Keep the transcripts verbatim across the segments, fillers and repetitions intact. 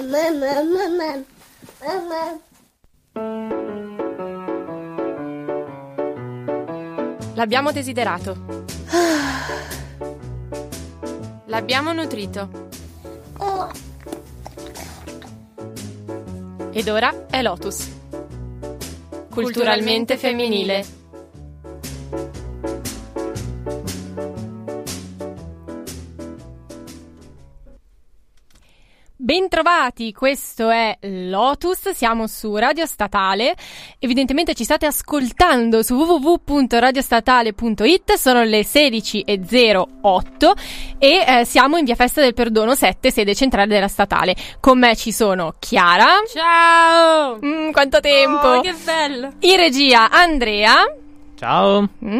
L'abbiamo desiderato. L'abbiamo nutrito. Ed ora è Lotus. Culturalmente femminile. Bentrovati, questo è Lotus, siamo su Radio Statale, evidentemente ci state ascoltando su w w w punto radiostatale punto i t, sono le sedici e zero otto e eh, siamo in via Festa del Perdono sette, sede centrale della Statale. Con me ci sono Chiara. Ciao! Mm, quanto tempo! Oh, che bello! In regia Andrea. Ciao! Mm.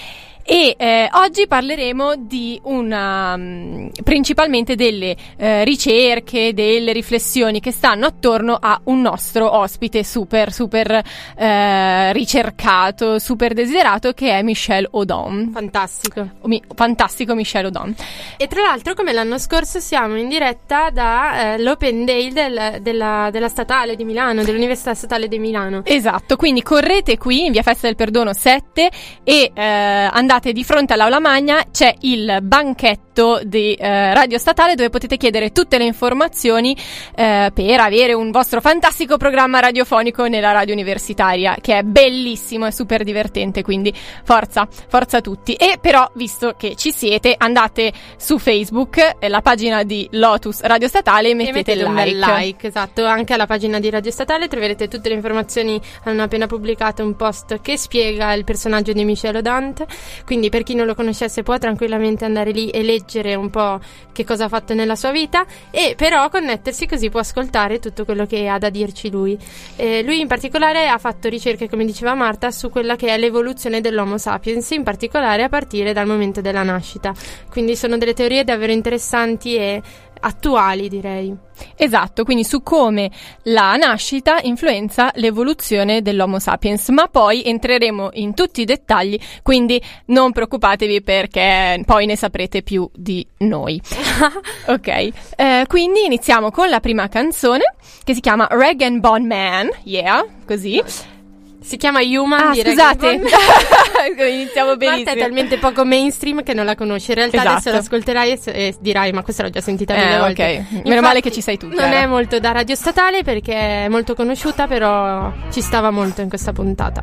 E eh, oggi parleremo di una um, principalmente delle eh, ricerche, delle riflessioni che stanno attorno a un nostro ospite super super eh, ricercato, super desiderato, che è Michel Audin. Fantastico. Mi, fantastico Michel Audin. E tra l'altro, come l'anno scorso, siamo in diretta da eh, l'Open Day del, della, della Statale di Milano, dell'Università Statale di Milano. Esatto, quindi correte qui in via Festa del Perdono sette e eh, andate di fronte all'Aula Magna, c'è il banchetto di eh, Radio Statale dove potete chiedere tutte le informazioni eh, per avere un vostro fantastico programma radiofonico nella radio universitaria, che è bellissimo, è super divertente, quindi forza, forza tutti. E però, visto che ci siete, andate su Facebook, eh, la pagina di Lotus Radio Statale, e mettete, e mettete il un like. bel like. Esatto, anche alla pagina di Radio Statale troverete tutte le informazioni. Hanno appena pubblicato un post che spiega il personaggio di Michel Audin, quindi per chi non lo conoscesse può tranquillamente andare lì e leggere un po' che cosa ha fatto nella sua vita, e però connettersi, così può ascoltare tutto quello che ha da dirci lui. Eh, lui in particolare ha fatto ricerche, come diceva Marta, su quella che è l'evoluzione dell'Homo sapiens, in particolare a partire dal momento della nascita. Quindi sono delle teorie davvero interessanti e attuali, direi. Esatto, quindi su come la nascita influenza l'evoluzione dell'Homo sapiens, ma poi entreremo in tutti i dettagli, quindi non preoccupatevi perché poi ne saprete più di noi. Ok, eh, quindi iniziamo con la prima canzone, che si chiama Rag and Bone Man, yeah, così. Si chiama Human. Ah, di scusate. Iniziamo benissimo. Marta è talmente poco mainstream che non la conosci. In realtà esatto. Adesso l'ascolterai e, e dirai: ma questa l'ho già sentita mille eh, volte. Ok, Infatti, meno male che ci sei tu. Non Chiara. è molto da Radio Statale perché è molto conosciuta, però ci stava molto in questa puntata.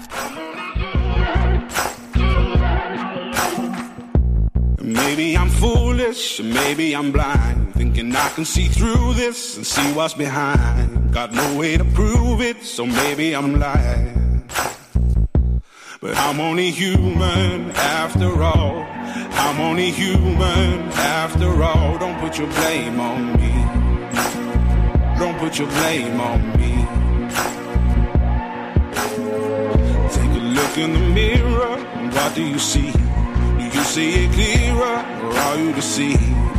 Maybe I'm foolish, maybe I'm blind, thinking I can see through this and see what's behind. Got no way to prove it, so maybe I'm lying. But I'm only human after all. I'm only human after all. Don't put your blame on me. Don't put your blame on me. Take a look in the mirror, what do you see? You see it clearer, or are you deceived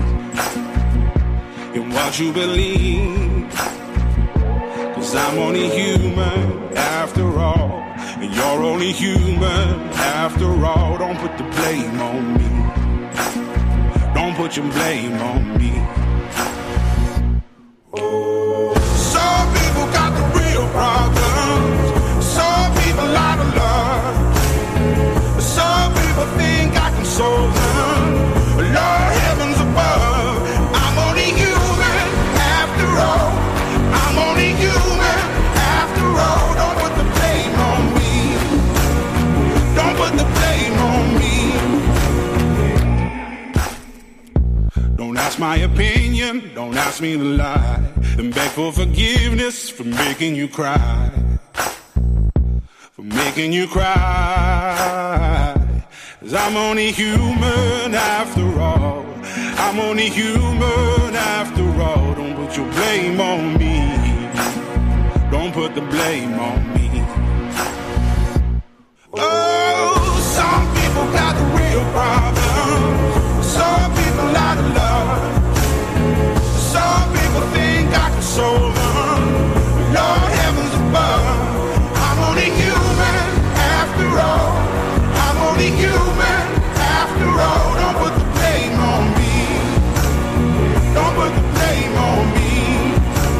in what you believe? Cause I'm only human after all, and you're only human after all. Don't put the blame on me. Don't put your blame on me. Some people got the real problems. Some people out of love. Some people think I can solve them. Lord heavens above, I'm only human after all. I'm only human after all. Don't put the blame on me. Don't put the blame on me. Don't ask my opinion, don't ask me to lie, and beg for forgiveness for making you cry. For making you cry. Cause I'm only human after all. I'm only human after all. Don't put your blame on me. Don't put the blame on me. Oh, some people got the real problems. Some people out of love. Some people think I can solve them. Lord heavens above, I'm only human after all. I'm only human after all. Don't put the blame on me. Don't put the blame on me.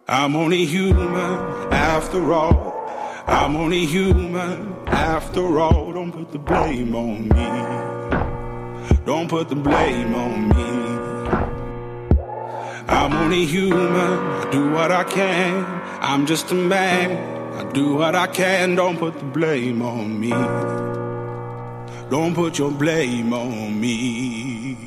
I'm only human after all. I'm only human after all. Don't put the blame on me. Don't put the blame on me. I'm only human. I do what I can. I'm just a man. I do what I can. Don't put the blame on me. Don't put your blame on me.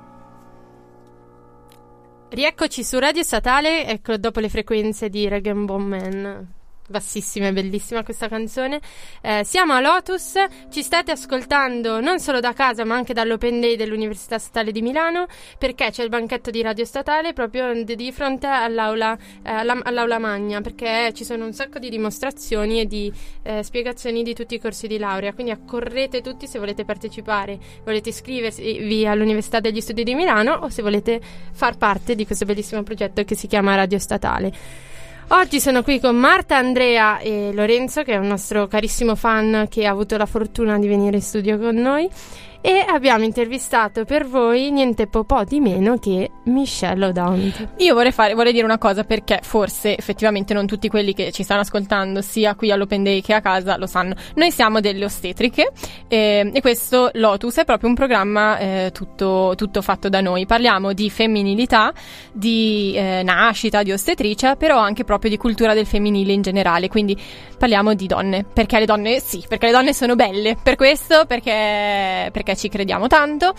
Rieccoci su Radio Statale, ecco, dopo le frequenze di Rag Bone Man. Bassissima e bellissima questa canzone. Eh, siamo a Lotus, ci state ascoltando non solo da casa ma anche dall'Open Day dell'Università Statale di Milano, perché c'è il banchetto di Radio Statale proprio di, di fronte all'aula, eh, alla, all'aula magna, perché ci sono un sacco di dimostrazioni e di eh, spiegazioni di tutti i corsi di laurea, quindi accorrete tutti se volete partecipare, volete iscrivervi all'Università degli Studi di Milano o se volete far parte di questo bellissimo progetto che si chiama Radio Statale. Oggi sono qui con Marta, Andrea e Lorenzo, che è un nostro carissimo fan che ha avuto la fortuna di venire in studio con noi, e abbiamo intervistato per voi niente po' po' di meno che Michelle Audant. Io vorrei, fare, vorrei dire una cosa, perché forse effettivamente non tutti quelli che ci stanno ascoltando sia qui all'Open Day che a casa lo sanno. Noi siamo delle ostetriche eh, e questo Lotus è proprio un programma eh, tutto, tutto fatto da noi. Parliamo di femminilità, di eh, nascita, di ostetricia, però anche proprio di cultura del femminile in generale, quindi parliamo di donne, perché le donne sì, perché le donne sono belle, per questo, perché, perché ci crediamo tanto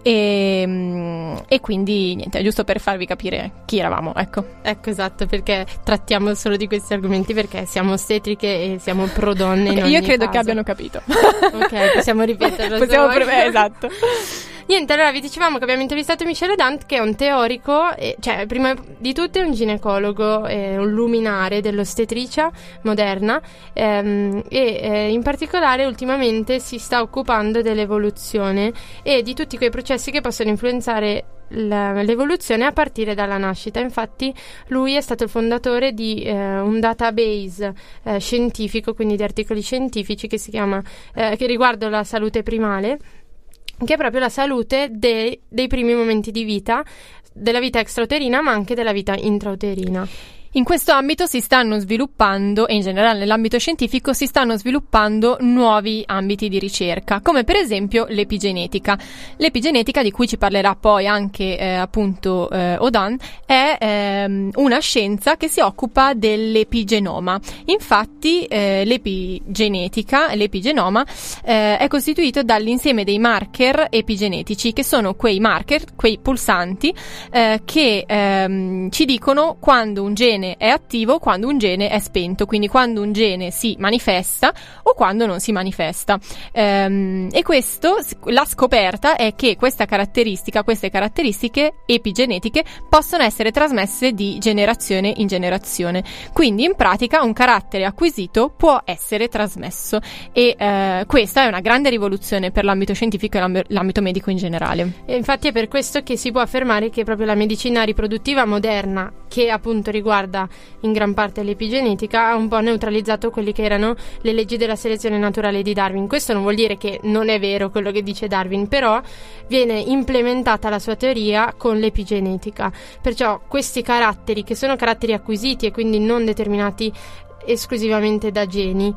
e, e quindi niente, è giusto per farvi capire chi eravamo, ecco. Ecco, esatto, perché trattiamo solo di questi argomenti perché siamo ostetriche e siamo pro donne. Okay, io credo caso. Che abbiano capito. Ok, possiamo ripeterlo. Possiamo pre- esatto. Niente, allora vi dicevamo che abbiamo intervistato Michelle Audant, che è un teorico, e, cioè prima di tutto è un ginecologo, è un luminare dell'ostetricia moderna ehm, e eh, in particolare ultimamente si sta occupando dell'evoluzione e di tutti quei processi che possono influenzare la, l'evoluzione a partire dalla nascita. Infatti lui è stato il fondatore di eh, un database eh, scientifico, quindi di articoli scientifici che si chiama eh, che riguarda la salute primale, che è proprio la salute dei, dei primi momenti di vita, della vita extrauterina ma anche della vita intrauterina. In questo ambito si stanno sviluppando, e in generale nell'ambito scientifico si stanno sviluppando nuovi ambiti di ricerca, come per esempio l'epigenetica. L'epigenetica, di cui ci parlerà poi anche eh, appunto eh, Audant, è ehm, una scienza che si occupa dell'epigenoma. Infatti eh, l'epigenetica, l'epigenoma eh, è costituito dall'insieme dei marker epigenetici, che sono quei marker, quei pulsanti eh, che ehm, ci dicono quando un gene è attivo, quando un gene è spento, quindi quando un gene si manifesta o quando non si manifesta. Ehm, e questo, la scoperta è che questa caratteristica, queste caratteristiche epigenetiche possono essere trasmesse di generazione in generazione. Quindi in pratica un carattere acquisito può essere trasmesso e eh, questa è una grande rivoluzione per l'ambito scientifico e l'ambito medico in generale. E infatti è per questo che si può affermare che proprio la medicina riproduttiva moderna, che appunto riguarda in gran parte l'epigenetica, ha un po' neutralizzato quelli che erano le leggi della selezione naturale di Darwin. Questo non vuol dire che non è vero quello che dice Darwin, però viene implementata la sua teoria con l'epigenetica. Perciò questi caratteri, che sono caratteri acquisiti e quindi non determinati esclusivamente da geni,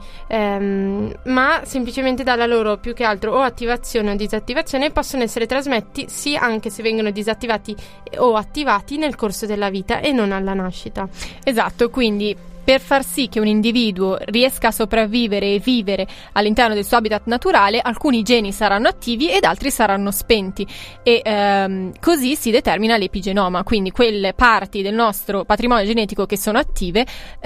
ehm, ma semplicemente dalla loro più che altro o attivazione o disattivazione, possono essere trasmessi sì, anche se vengono disattivati o attivati nel corso della vita e non alla nascita. Esatto, quindi per far sì che un individuo riesca a sopravvivere e vivere all'interno del suo habitat naturale, alcuni geni saranno attivi ed altri saranno spenti e ehm, così si determina l'epigenoma, quindi quelle parti del nostro patrimonio genetico che sono attive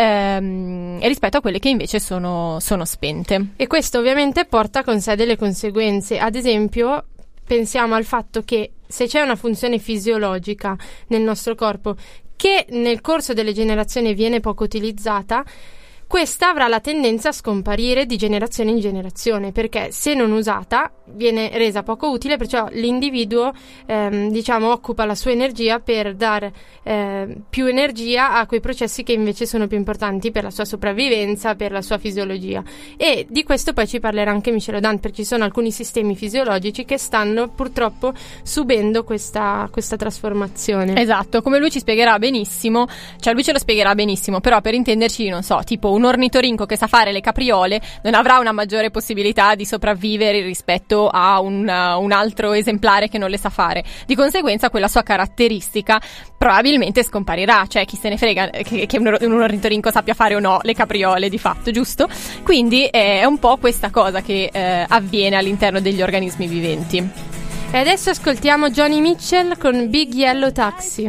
ehm, rispetto a quelle che invece sono, sono spente. E questo ovviamente porta con sé delle conseguenze. Ad esempio, pensiamo al fatto che se c'è una funzione fisiologica nel nostro corpo che nel corso delle generazioni viene poco utilizzata, questa avrà la tendenza a scomparire di generazione in generazione, perché se non usata viene resa poco utile, perciò l'individuo ehm, diciamo occupa la sua energia per dare eh, più energia a quei processi che invece sono più importanti per la sua sopravvivenza, per la sua fisiologia. E di questo poi ci parlerà anche Michel Audin, perché ci sono alcuni sistemi fisiologici che stanno purtroppo subendo questa, questa trasformazione. Esatto, come lui ci spiegherà benissimo, cioè lui ce lo spiegherà benissimo, però per intenderci, non so, tipo un ornitorinco che sa fare le capriole non avrà una maggiore possibilità di sopravvivere rispetto a un, uh, un altro esemplare che non le sa fare. Di conseguenza quella sua caratteristica probabilmente scomparirà, cioè chi se ne frega che, che un, un ornitorinco sappia fare o no le capriole di fatto, giusto? Quindi eh, è un po' questa cosa che eh, avviene all'interno degli organismi viventi. E adesso ascoltiamo Joni Mitchell con Big Yellow Taxi.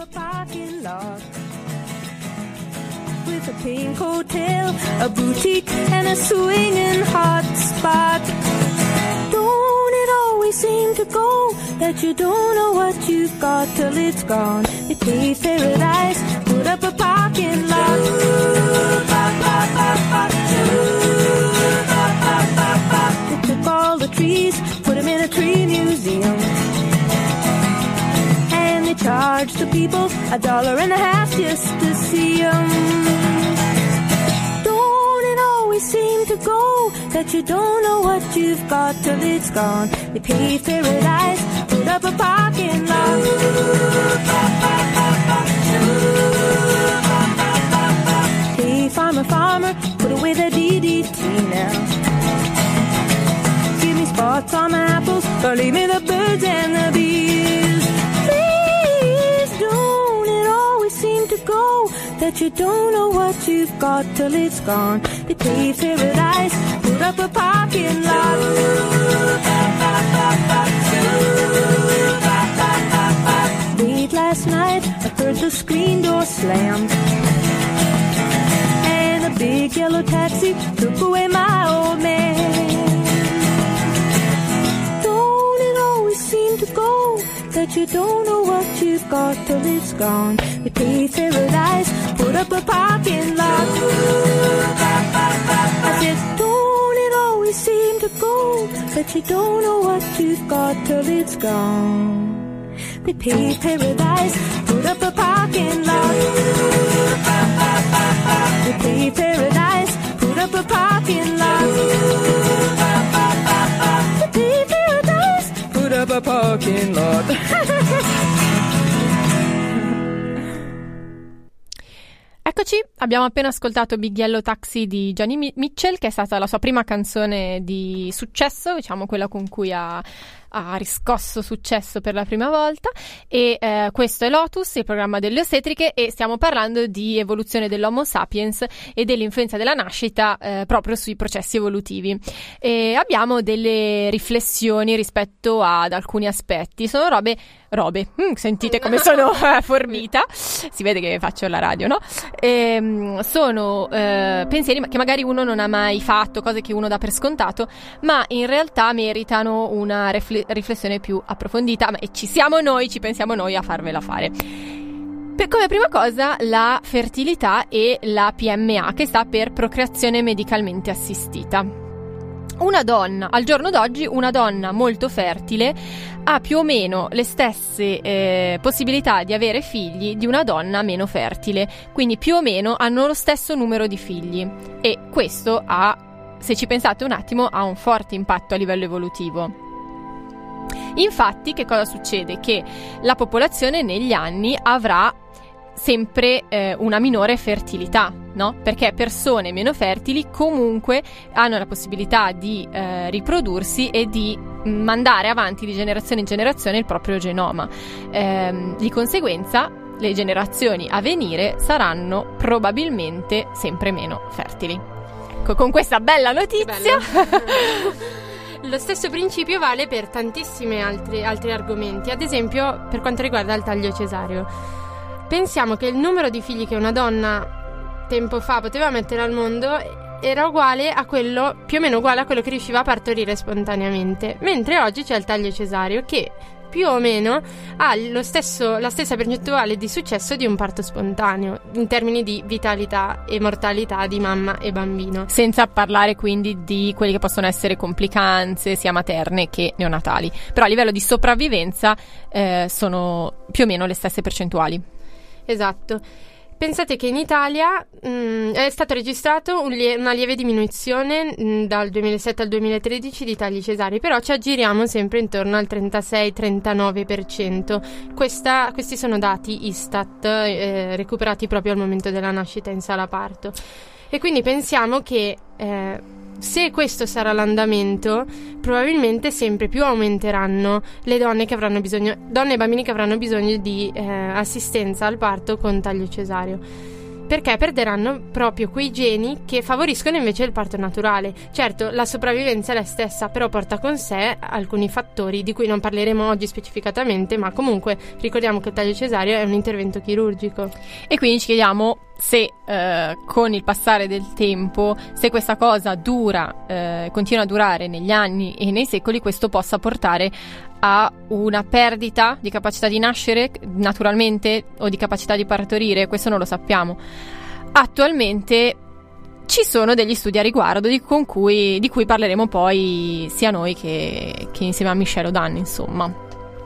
With a pink hotel, a boutique and a swinging hot spot. Don't it always seem to go that you don't know what you've got till it's gone? They paved paradise, put up a parking lot. They took all the trees, put them in a tree museum. And they charged the people a dollar and a half just to see them. Don't it always seem to go that you don't know what you've got till it's gone? They paved paradise, put up a parking lot. Hey, farmer, farmer, put away the D D T now. Give me spots on my apples, or leave me the birds and the bees. That you don't know what you've got till it's gone. They paved paradise, put up a parking lot. Late last night, I heard the screen door slam, and a big yellow taxi took away my old man. Don't it always seem to go that you don't know what you've got till it's gone? We paved paradise, put up a parking lot. I said, don't it always seem to go that you don't know what you've got till it's gone? We paved paradise, put up a parking lot. We paved paradise, put up a parking lot. We paved paradise, put up a parking lot. Eccoci, abbiamo appena ascoltato Big Yellow Taxi di Joni Mitchell, che è stata la sua prima canzone di successo, diciamo quella con cui ha, ha riscosso successo per la prima volta. E eh, questo è Lotus, il programma delle ostetriche, e stiamo parlando di evoluzione dell'Homo sapiens e dell'influenza della nascita eh, proprio sui processi evolutivi. E abbiamo delle riflessioni rispetto ad alcuni aspetti. Sono robe robe, mm, sentite come sono eh, fornita, si vede che faccio la radio, no? E, sono eh, pensieri che magari uno non ha mai fatto, cose che uno dà per scontato, ma in realtà meritano una rifle- riflessione più approfondita, ma e ci siamo noi, ci pensiamo noi a farvela fare. Per, come prima cosa, la fertilità e la P M A, che sta per procreazione medicalmente assistita. Una donna, al giorno d'oggi, una donna molto fertile ha più o meno le stesse eh, possibilità di avere figli di una donna meno fertile, quindi più o meno hanno lo stesso numero di figli, e questo ha, se ci pensate un attimo, ha un forte impatto a livello evolutivo. Infatti, che cosa succede? Che la popolazione negli anni avrà sempre eh, una minore fertilità, no? Perché persone meno fertili comunque hanno la possibilità di eh, riprodursi e di mandare avanti di generazione in generazione il proprio genoma. Ehm, di conseguenza le generazioni a venire saranno probabilmente sempre meno fertili. Co- con questa bella notizia lo stesso principio vale per tantissimi altri, altri argomenti, ad esempio per quanto riguarda il taglio cesareo. Pensiamo che il numero di figli che una donna tempo fa poteva mettere al mondo era uguale a quello, più o meno uguale a quello che riusciva a partorire spontaneamente, mentre oggi c'è il taglio cesareo che più o meno ha lo stesso, la stessa percentuale di successo di un parto spontaneo in termini di vitalità e mortalità di mamma e bambino. Senza parlare quindi di quelli che possono essere complicanze sia materne che neonatali, però a livello di sopravvivenza eh, sono più o meno le stesse percentuali. Esatto. Pensate che in Italia mh, è stato registrato un lie- una lieve diminuzione mh, dal duemilasette al duemilatredici di tagli cesarei, però ci aggiriamo sempre intorno al trentasei trentanove per cento. Questa, questi sono dati Istat eh, recuperati proprio al momento della nascita in sala parto. E quindi pensiamo che eh, se questo sarà l'andamento, probabilmente sempre più aumenteranno le donne che avranno bisogno, donne e bambini che avranno bisogno di eh, assistenza al parto con taglio cesareo, perché perderanno proprio quei geni che favoriscono invece il parto naturale. Certo, la sopravvivenza è la stessa, però porta con sé alcuni fattori di cui non parleremo oggi specificatamente, ma comunque ricordiamo che il taglio cesareo è un intervento chirurgico. E quindi ci chiediamo se eh, con il passare del tempo, se questa cosa dura, eh, continua a durare negli anni e nei secoli, questo possa portare a una perdita di capacità di nascere naturalmente o di capacità di partorire. Questo non lo sappiamo. Attualmente ci sono degli studi a riguardo di, con cui, di cui parleremo poi sia noi che, che insieme a Michelle Odan, insomma.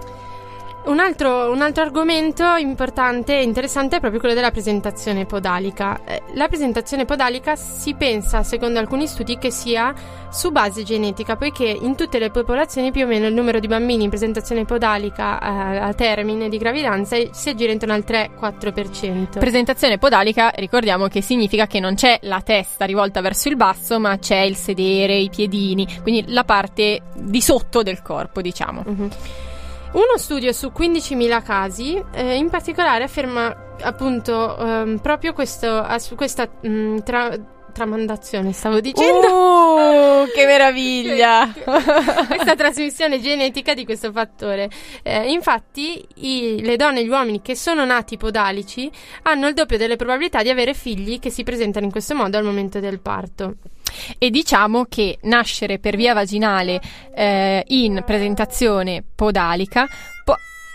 Un altro, un altro argomento importante e interessante è proprio quello della presentazione podalica. La presentazione podalica si pensa, secondo alcuni studi, che sia su base genetica, poiché in tutte le popolazioni più o meno il numero di bambini in presentazione podalica eh, a termine di gravidanza si aggira intorno al tre quattro per cento. Presentazione podalica, ricordiamo che significa che non c'è la testa rivolta verso il basso, ma c'è il sedere, i piedini, quindi la parte di sotto del corpo, diciamo. Uh-huh. Uno studio su quindicimila casi eh, in particolare afferma appunto ehm, proprio questo, as, questa mh, tra, tramandazione, stavo dicendo. Oh, che meraviglia! Questa trasmissione genetica di questo fattore. Eh, infatti i, le donne e gli uomini che sono nati podalici hanno il doppio delle probabilità di avere figli che si presentano in questo modo al momento del parto. E diciamo che nascere per via vaginale eh, in presentazione podalica po-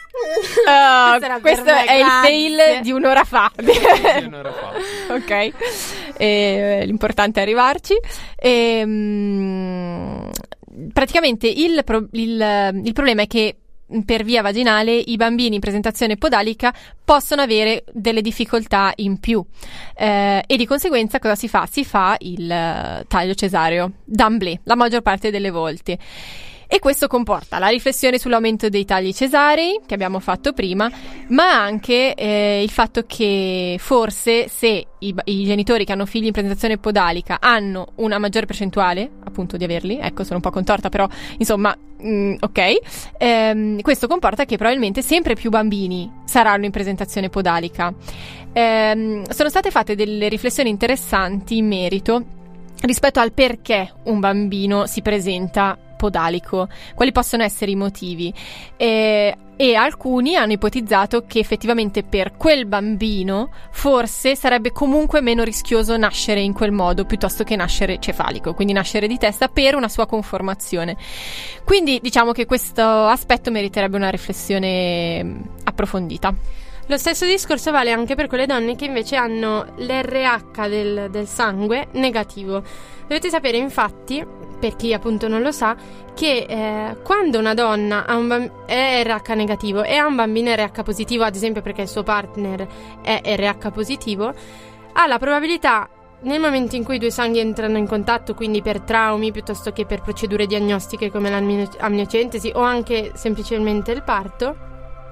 uh, questo me, è grazie. Il fail di un'ora fa. un'ora fa. Ok, e, l'importante è arrivarci. E, mh, praticamente il, pro- il, il problema è che per via vaginale i bambini in presentazione podalica possono avere delle difficoltà in più eh, e di conseguenza cosa si fa? Si fa il uh, taglio cesareo d'emblée la maggior parte delle volte. E questo comporta la riflessione sull'aumento dei tagli cesarei che abbiamo fatto prima, ma anche eh, il fatto che forse se i, i genitori che hanno figli in presentazione podalica hanno una maggiore percentuale appunto di averli, ecco sono un po' contorta però insomma mh, ok, ehm, questo comporta che probabilmente sempre più bambini saranno in presentazione podalica. Ehm, sono state fatte delle riflessioni interessanti in merito rispetto al perché un bambino si presenta podalico, quali possono essere i motivi e, e alcuni hanno ipotizzato che effettivamente per quel bambino forse sarebbe comunque meno rischioso nascere in quel modo piuttosto che nascere cefalico, quindi nascere di testa per una sua conformazione. Quindi diciamo che questo aspetto meriterebbe una riflessione approfondita. Lo stesso discorso vale anche per quelle donne che invece hanno l'R H del, del sangue negativo. Dovete sapere infatti, per chi appunto non lo sa, che eh, quando una donna ha un bamb- è R H negativo e ha un bambino R H positivo, ad esempio perché il suo partner è R H positivo, ha la probabilità, nel momento in cui i due sanghi entrano in contatto, quindi per traumi piuttosto che per procedure diagnostiche come l'amniocentesi o anche semplicemente il parto,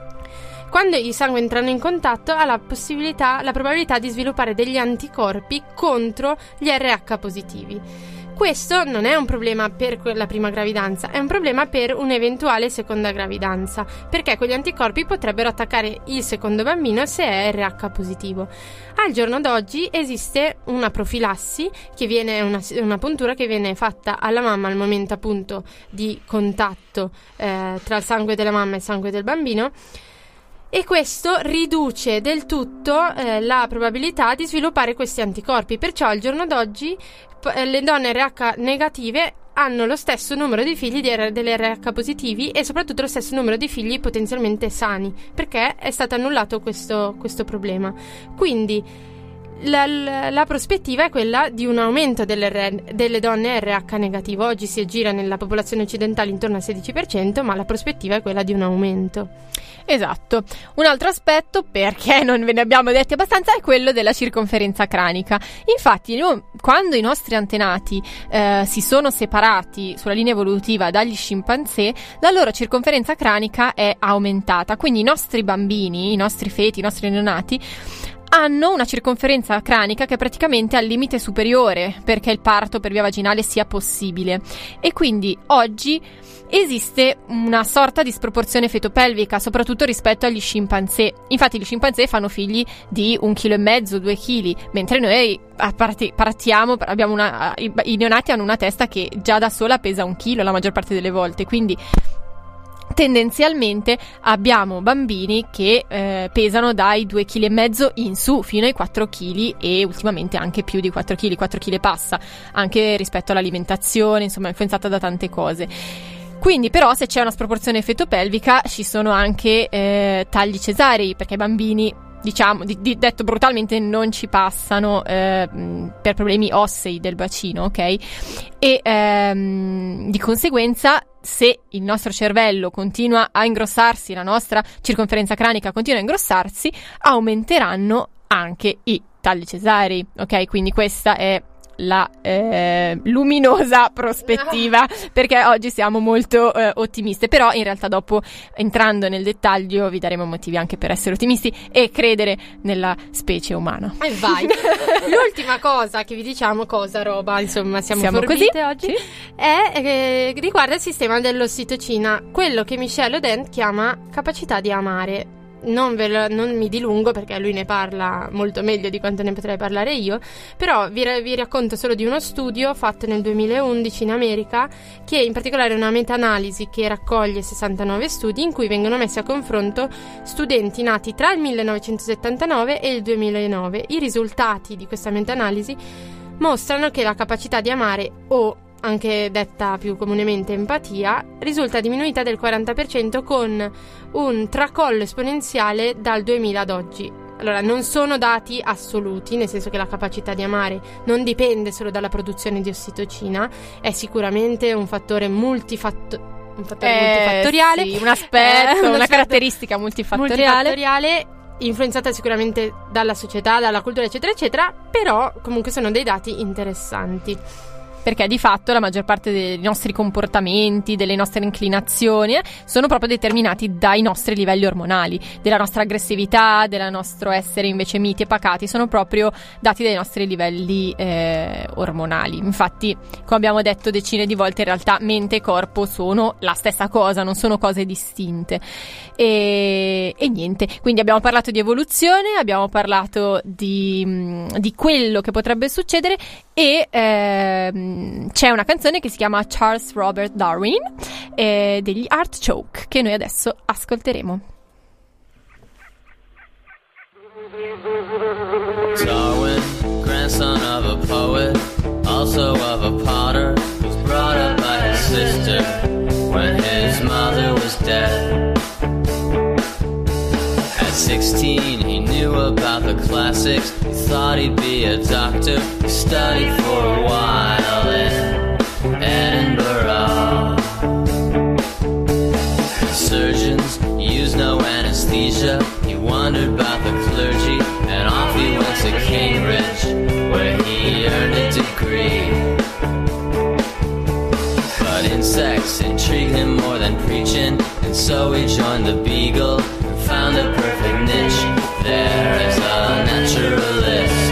quando i sangue entrano in contatto ha la possibilità, la probabilità di sviluppare degli anticorpi contro gli R H positivi. Questo non è un problema per la prima gravidanza, è un problema per un'eventuale seconda gravidanza, perché quegli anticorpi potrebbero attaccare il secondo bambino se è R H positivo. Al giorno d'oggi esiste una profilassi, che viene una, una puntura che viene fatta alla mamma al momento appunto di contatto eh, tra il sangue della mamma e il sangue del bambino, e questo riduce del tutto eh, la probabilità di sviluppare questi anticorpi. Perciò al giorno d'oggi p- le donne R H negative hanno lo stesso numero di figli di R- delle R H positivi e soprattutto lo stesso numero di figli potenzialmente sani, perché è stato annullato questo, questo problema. Quindi La, la, la prospettiva è quella di un aumento delle, R, delle donne R H negativo. Oggi si aggira nella popolazione occidentale intorno al sedici per cento, ma la prospettiva è quella di un aumento. Esatto. Un altro aspetto, perché non ve ne abbiamo detti abbastanza, è quello della circonferenza cranica. Infatti, no, quando i nostri antenati eh, si sono separati sulla linea evolutiva dagli scimpanzé, la loro circonferenza cranica è aumentata. Quindi i nostri bambini, i nostri feti, i nostri neonati hanno una circonferenza cranica che è praticamente al limite superiore perché il parto per via vaginale sia possibile, e quindi oggi esiste una sorta di sproporzione fetopelvica, soprattutto rispetto agli scimpanzé. Infatti gli scimpanzé fanno figli di un chilo e mezzo, due chili, mentre noi parti, partiamo, abbiamo una, i, i neonati hanno una testa che già da sola pesa un chilo la maggior parte delle volte, quindi tendenzialmente abbiamo bambini che eh, pesano dai due chili e mezzo in su fino ai quattro chili, e ultimamente anche più di quattro chili, quattro chili e passa, anche rispetto all'alimentazione, insomma, influenzata da tante cose. Quindi però se c'è una sproporzione fetopelvica ci sono anche eh, tagli cesarei, perché i bambini, diciamo, di, di, detto brutalmente, non ci passano eh, per problemi ossei del bacino, ok? E ehm, di conseguenza, se il nostro cervello continua a ingrossarsi, la nostra circonferenza cranica continua a ingrossarsi, aumenteranno anche i tagli cesarei, ok? Quindi questa è la eh, luminosa prospettiva, perché oggi siamo molto eh, ottimiste, però in realtà dopo, entrando nel dettaglio, vi daremo motivi anche per essere ottimisti e credere nella specie umana. E vai. L'ultima cosa che vi diciamo, cosa roba, insomma, siamo, siamo forbite così oggi, sì. è eh, riguarda il sistema dell'ossitocina, quello che Michel Odent chiama capacità di amare. Non, ve lo, non mi dilungo perché lui ne parla molto meglio di quanto ne potrei parlare io, però vi, vi racconto solo di uno studio fatto nel duemilaundici in America, che in particolare è una meta-analisi che raccoglie sessantanove studi in cui vengono messi a confronto studenti nati tra il millenovecentosettantanove e il duemilanove. I risultati di questa meta-analisi mostrano che la capacità di amare, o anche detta più comunemente empatia, risulta diminuita del quaranta per cento con un tracollo esponenziale dal duemila ad oggi. Allora, non sono dati assoluti, nel senso che la capacità di amare non dipende solo dalla produzione di ossitocina, è sicuramente un fattore multifattoriale. Un fattore eh, multifattoriale, sì, un aspetto, eh, un una aspetto caratteristica multifattoriale. multifattoriale influenzata sicuramente dalla società, dalla cultura, eccetera, eccetera, però comunque sono dei dati interessanti. Perché di fatto la maggior parte dei nostri comportamenti, delle nostre inclinazioni eh, sono proprio determinati dai nostri livelli ormonali, della nostra aggressività, del nostro essere invece miti e pacati, sono proprio dati dai nostri livelli eh, ormonali. Infatti, come abbiamo detto decine di volte, in realtà mente e corpo sono la stessa cosa, non sono cose distinte. E, e niente, quindi abbiamo parlato di evoluzione, abbiamo parlato di, di quello che potrebbe succedere, e ehm, c'è una canzone che si chiama Charles Robert Darwin eh, degli Artichoke, che noi adesso ascolteremo. Darwin, grandson of a poet, also of a potter, was brought up by his sister when his mother was dead. At sixteen, he knew about the classics. He thought he'd be a doctor. He studied for a while in Edinburgh. Surgeons used no anesthesia. He wondered about the clergy, and off he went to Cambridge, where he earned a degree. But insects intrigued him more than preaching, and so he joined the Beagle, found a perfect niche there as a naturalist.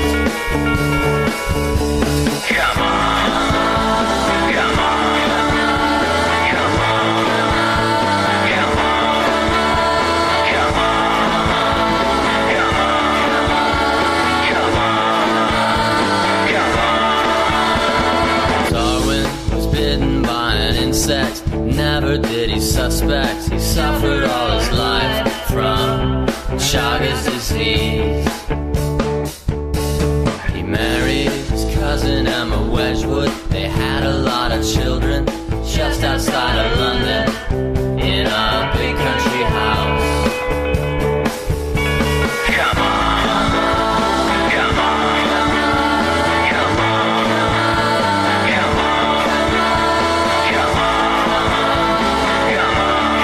Come on, come on, come on, come on, come on, come on, come on, come on. Darwin was bitten by an insect. Never did he suspect he suffered all his life from Chagas disease. He married his cousin Emma Wedgwood. They had a lot of children, just outside of London, in a big country house. Come on, come on, come on, come on, come on, come on, come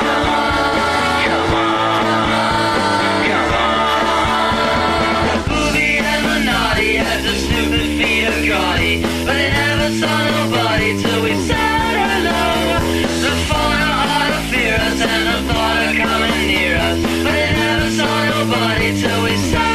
on, come on. The booby and the naughty had the stupid feet of gaudy, but they never saw nobody till we said hello. The fauna ought to fear us and the thought of coming near us, but they never saw nobody till we said.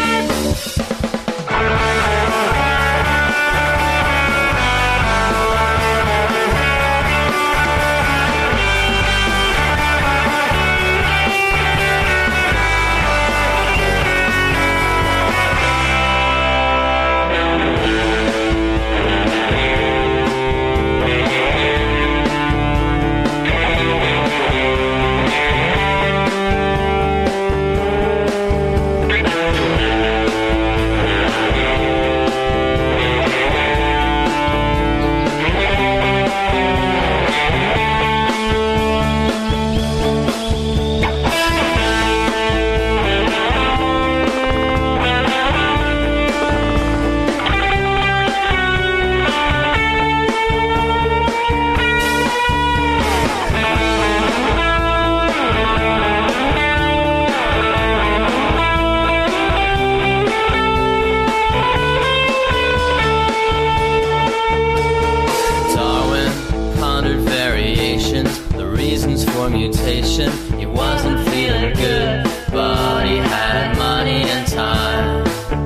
Mutation. He wasn't feeling good, but he had money and time.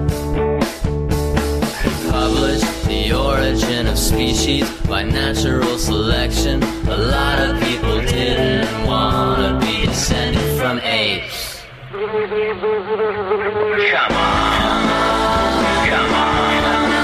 He published The Origin of Species by Natural Selection. A lot of people didn't want to be descended from apes. Come on, come on.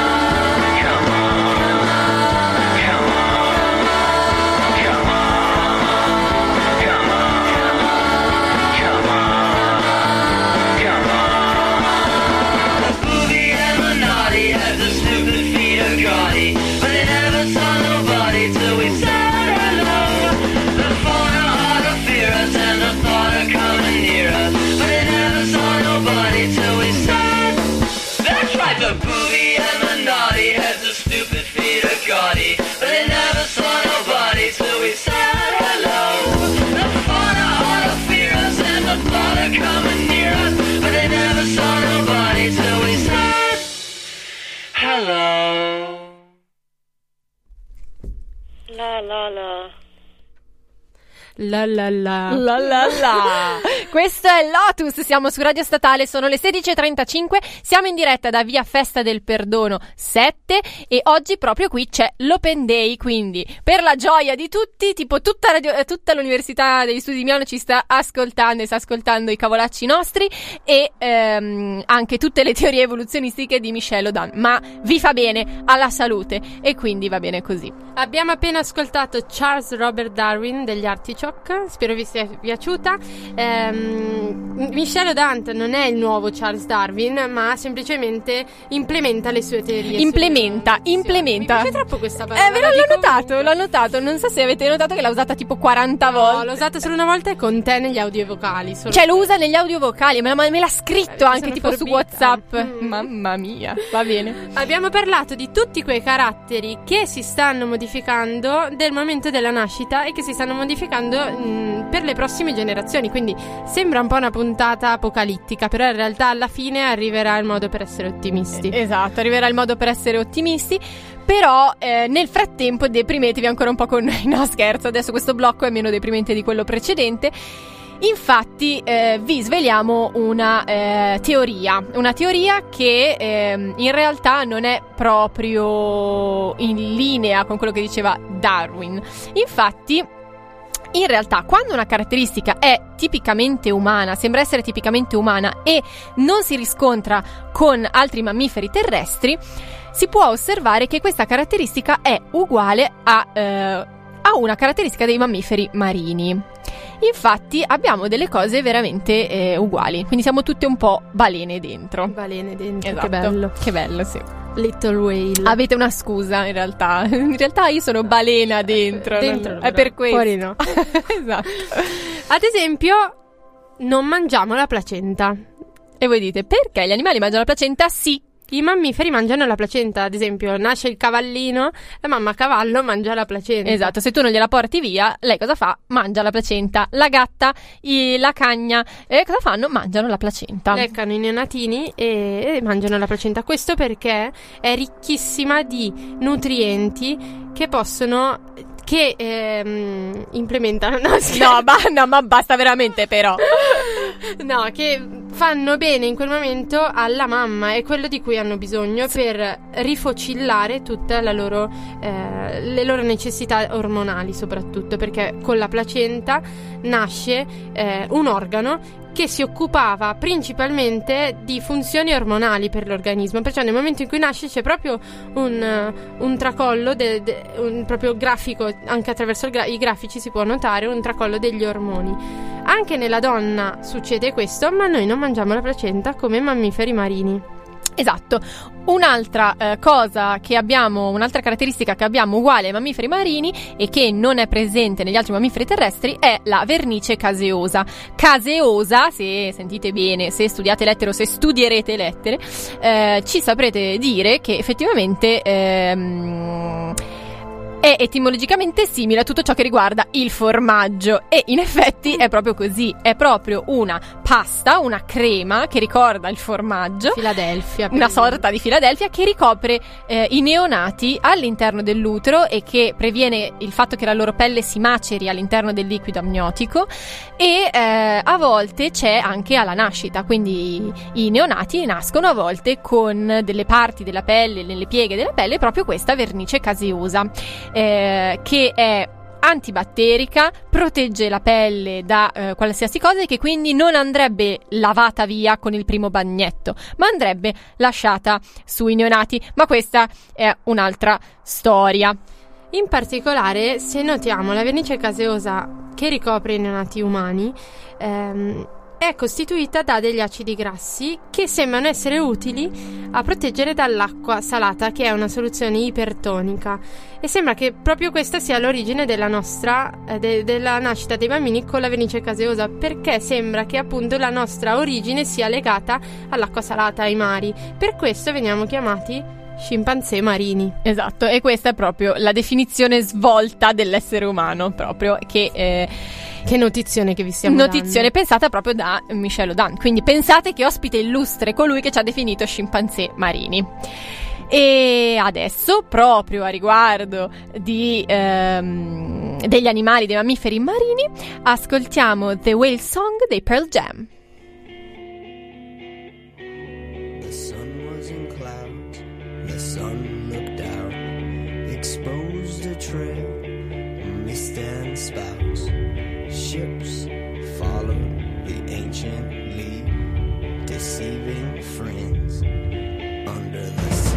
The booby and the naughty had the stupid feet of gaudy, but they never saw nobody till we said hello. The fauna ought to fear us and the thought of coming near us, but they never saw nobody till we said hello. La la la. La la la. La la la. Questo è Lotus, siamo su Radio Statale, sono le sedici e trentacinque, siamo in diretta da via Festa del Perdono sette e oggi proprio qui c'è l'Open Day, quindi per la gioia di tutti, tipo tutta, radio, tutta l'Università degli Studi di Milano ci sta ascoltando e sta ascoltando i cavolacci nostri e ehm, anche tutte le teorie evoluzionistiche di Michel Odan, ma vi fa bene alla salute e quindi va bene così. Abbiamo appena ascoltato Charles Robert Darwin degli Artichoke, spero vi sia piaciuta. ehm, Michel Odan non è il nuovo Charles Darwin, ma semplicemente implementa le sue teorie. Implementa, implementa. Mi piace troppo questa parola. Eh, però l'ho notato, l'ho notato, non so se avete notato che l'ha usata tipo quaranta no, volte. l'ho usata solo una volta e con te negli audio vocali. Solo cioè lo usa negli audio vocali, me, me l'ha scritto eh, anche tipo forbita. su WhatsApp. Mm. Mamma mia, va bene. Abbiamo parlato di tutti quei caratteri che si stanno modificando del momento della nascita e che si stanno modificando mh, per le prossime generazioni, quindi sembra un po' una puntata apocalittica, però in realtà alla fine arriverà il modo per essere ottimisti. Esatto, arriverà il modo per essere ottimisti. Però eh, nel frattempo deprimetevi ancora un po' con noi. No, scherzo, adesso questo blocco è meno deprimente di quello precedente. Infatti eh, vi sveliamo una eh, teoria, una teoria che eh, in realtà non è proprio in linea con quello che diceva Darwin. Infatti, in realtà, quando una caratteristica è tipicamente umana, sembra essere tipicamente umana e non si riscontra con altri mammiferi terrestri, si può osservare che questa caratteristica è uguale a, eh, a una caratteristica dei mammiferi marini. Infatti abbiamo delle cose veramente eh, uguali, quindi siamo tutte un po' balene dentro. Balene dentro, Esatto. che bello. Che bello, sì. Little Whale. Avete una scusa in realtà. In realtà io sono balena dentro. Dentro non... È per questo. Fuori no. Esatto. Ad esempio, non mangiamo la placenta. E voi dite, perché gli animali mangiano la placenta? Sì. I mammiferi mangiano la placenta, ad esempio, nasce il cavallino, la mamma cavallo mangia la placenta. Esatto, se tu non gliela porti via, lei cosa fa? Mangia la placenta. La gatta, i, la cagna, eh, cosa fanno? Mangiano la placenta. Leccano i neonatini e, e mangiano la placenta. Questo perché è ricchissima di nutrienti che possono... che ehm, implementano... No, no, ma, no, ma basta veramente però. No, che fanno bene in quel momento alla mamma, è quello di cui hanno bisogno per rifocillare tutte la loro, eh, le loro necessità ormonali, soprattutto perché con la placenta nasce eh, un organo che si occupava principalmente di funzioni ormonali per l'organismo. Perciò nel momento in cui nasce c'è proprio un, un tracollo de, de, un proprio grafico, anche attraverso il gra- i grafici si può notare un tracollo degli ormoni. Anche nella donna succede questo, ma noi non mangiamo la placenta come mammiferi marini. Esatto. Un'altra eh, cosa che abbiamo, un'altra caratteristica che abbiamo uguale ai mammiferi marini e che non è presente negli altri mammiferi terrestri è la vernice caseosa. Caseosa, se sentite bene, se studiate lettere o se studierete lettere, eh, ci saprete dire che effettivamente ehm, è etimologicamente simile a tutto ciò che riguarda il formaggio e in effetti è proprio così, è proprio una pasta, una crema che ricorda il formaggio, Philadelphia, una sorta di Philadelphia che ricopre eh, i neonati all'interno dell'utero e che previene il fatto che la loro pelle si maceri all'interno del liquido amniotico e eh, a volte c'è anche alla nascita, quindi i, i neonati nascono a volte con delle parti della pelle, nelle pieghe della pelle, proprio questa vernice caseosa. Eh, che è antibatterica, protegge la pelle da eh, qualsiasi cosa e che quindi non andrebbe lavata via con il primo bagnetto, ma andrebbe lasciata sui neonati. Ma questa è un'altra storia. In particolare, se notiamo la vernice caseosa che ricopre i neonati umani, ehm, è costituita da degli acidi grassi che sembrano essere utili a proteggere dall'acqua salata, che è una soluzione ipertonica, e sembra che proprio questa sia l'origine della nostra eh, de- della nascita dei bambini con la vernice caseosa, perché sembra che appunto la nostra origine sia legata all'acqua salata, ai mari. Per questo veniamo chiamati scimpanzé marini. Esatto, e questa è proprio la definizione svolta dell'essere umano, proprio che eh, Che notizione che vi stiamo notizione dando. pensata proprio da Michel Audin. Quindi pensate che ospite illustre colui che ci ha definito scimpanzé marini. E adesso, proprio a riguardo di, ehm, degli animali, dei mammiferi marini, ascoltiamo The Whale Song dei Pearl Jam. The sun was in clouds, the sun looked out, exposed a trail, mist and spouts. Ships followed the ancient lead, deceiving friends under the sea.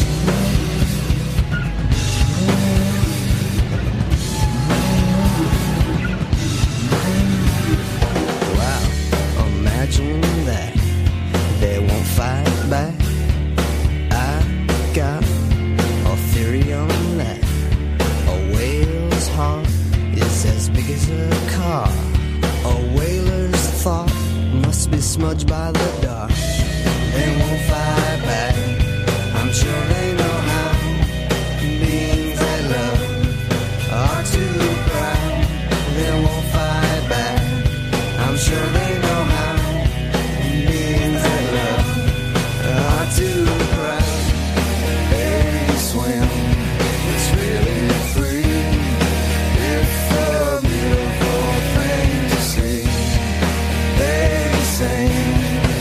Wow, imagine that, they won't fight back. I got a theory on that. A whale's heart is as big as a car. A whaler's thought must be smudged by the dark. They won't fight back, I'm sure they know how. Beings they love are too proud. They won't fight back, I'm sure they know how. Beings they love are too proud. They swim, it's really free. It's a beautiful thing to see. They sing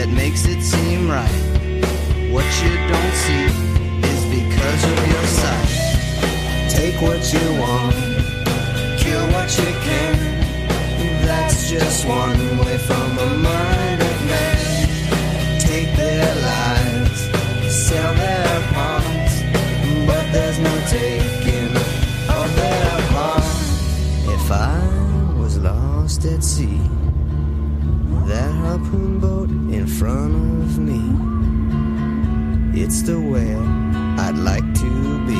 that makes it seem right. What you don't see is because of your sight. Take what you want, kill what you can. That's just one way from the mind of man. Take their lives, sell their parts, but there's no taking of their heart. If I was lost at sea, that harpoon boat in front of me, it's the way I'd like to be.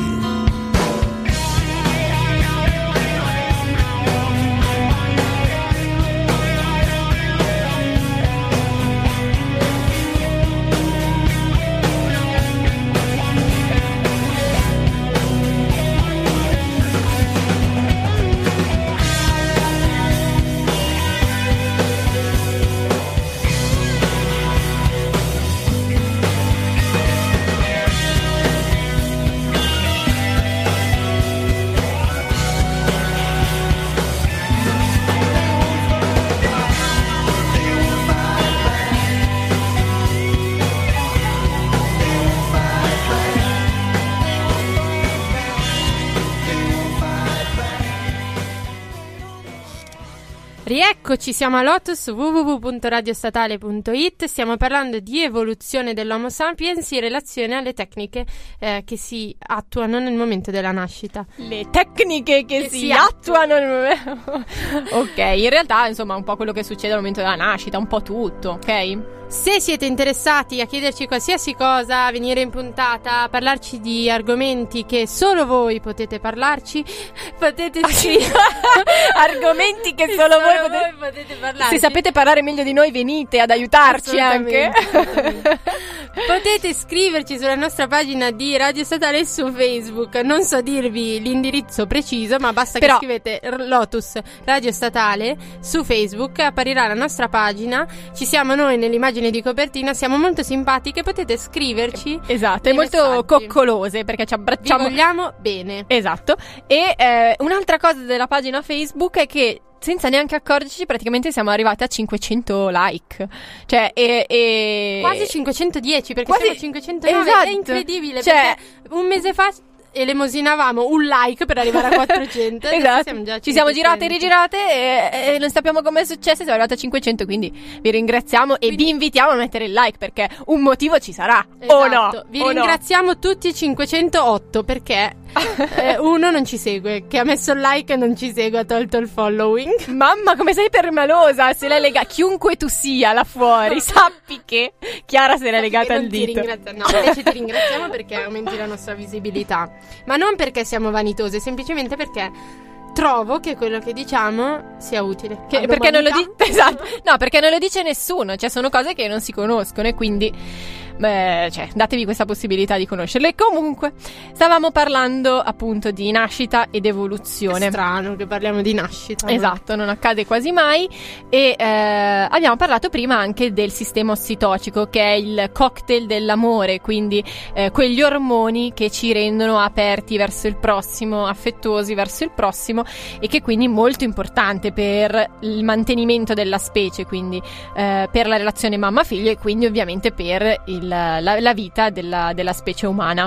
Rieccoci, siamo a Lotus, w w w punto radiostatale punto i t. Stiamo parlando di evoluzione dell'Homo sapiens in relazione alle tecniche eh, che si attuano nel momento della nascita. Le tecniche che, che si, si attuano nel momento. Ok, in realtà insomma un po' quello che succede al momento della nascita, un po' tutto, ok? Se siete interessati a chiederci qualsiasi cosa, a venire in puntata, a parlarci di argomenti che solo voi potete parlarci, potete scrivere argomenti che solo, solo voi, potete... voi potete parlarci. Se sapete parlare meglio di noi, venite ad aiutarci anche. Potete scriverci sulla nostra pagina di Radio Statale su Facebook. Non so dirvi l'indirizzo preciso, ma basta Però... che scrivete Lotus Radio Statale su Facebook, apparirà la nostra pagina. Ci siamo noi nell'immagine di copertina, siamo molto simpatiche, potete scriverci. Esatto, e molto messaggi. Coccolose, perché ci abbracciamo. Vi vogliamo bene. Esatto. E eh, un'altra cosa della pagina Facebook è che senza neanche accorgerci praticamente siamo arrivati a cinquecento like. Cioè e, e... quasi cinquecentodieci, perché quasi... siamo a cinquecentonove. Esatto. È incredibile, cioè... perché un mese fa elemosinavamo un like per arrivare a quattrocento. Esatto. Siamo già a ci siamo cinquecento. girate e rigirate e, e non sappiamo come è successo, siamo arrivati a cinquecento, quindi vi ringraziamo e Quindi... vi invitiamo a mettere il like, perché un motivo ci sarà. Esatto. O no? Vi o ringraziamo no? tutti i cinquecentootto, perché eh, uno non ci segue, che ha messo il like e non ci segue, ha tolto il following. Mamma, come sei permalosa. Se l'hai legata, chiunque tu sia là fuori, sappi che Chiara se l'è legata al dito. Ringrazia... No, invece ti ringraziamo perché aumenti la nostra visibilità, ma non perché siamo vanitose, semplicemente perché trovo che quello che diciamo sia utile. Che, perché non lo dice, esatto. No, perché non lo dice nessuno. Cioè, sono cose che non si conoscono e quindi, beh, cioè, datevi questa possibilità di conoscerle. Comunque, stavamo parlando appunto di nascita ed evoluzione. È strano che parliamo di nascita. Esatto, non accade quasi mai. E eh, abbiamo parlato prima anche del sistema ossitocico, che è il cocktail dell'amore, quindi eh, quegli ormoni che ci rendono aperti verso il prossimo, affettuosi verso il prossimo, e che quindi è molto importante per il mantenimento della specie, quindi eh, per la relazione mamma-figlio e quindi ovviamente per il, la, la vita della, della specie umana.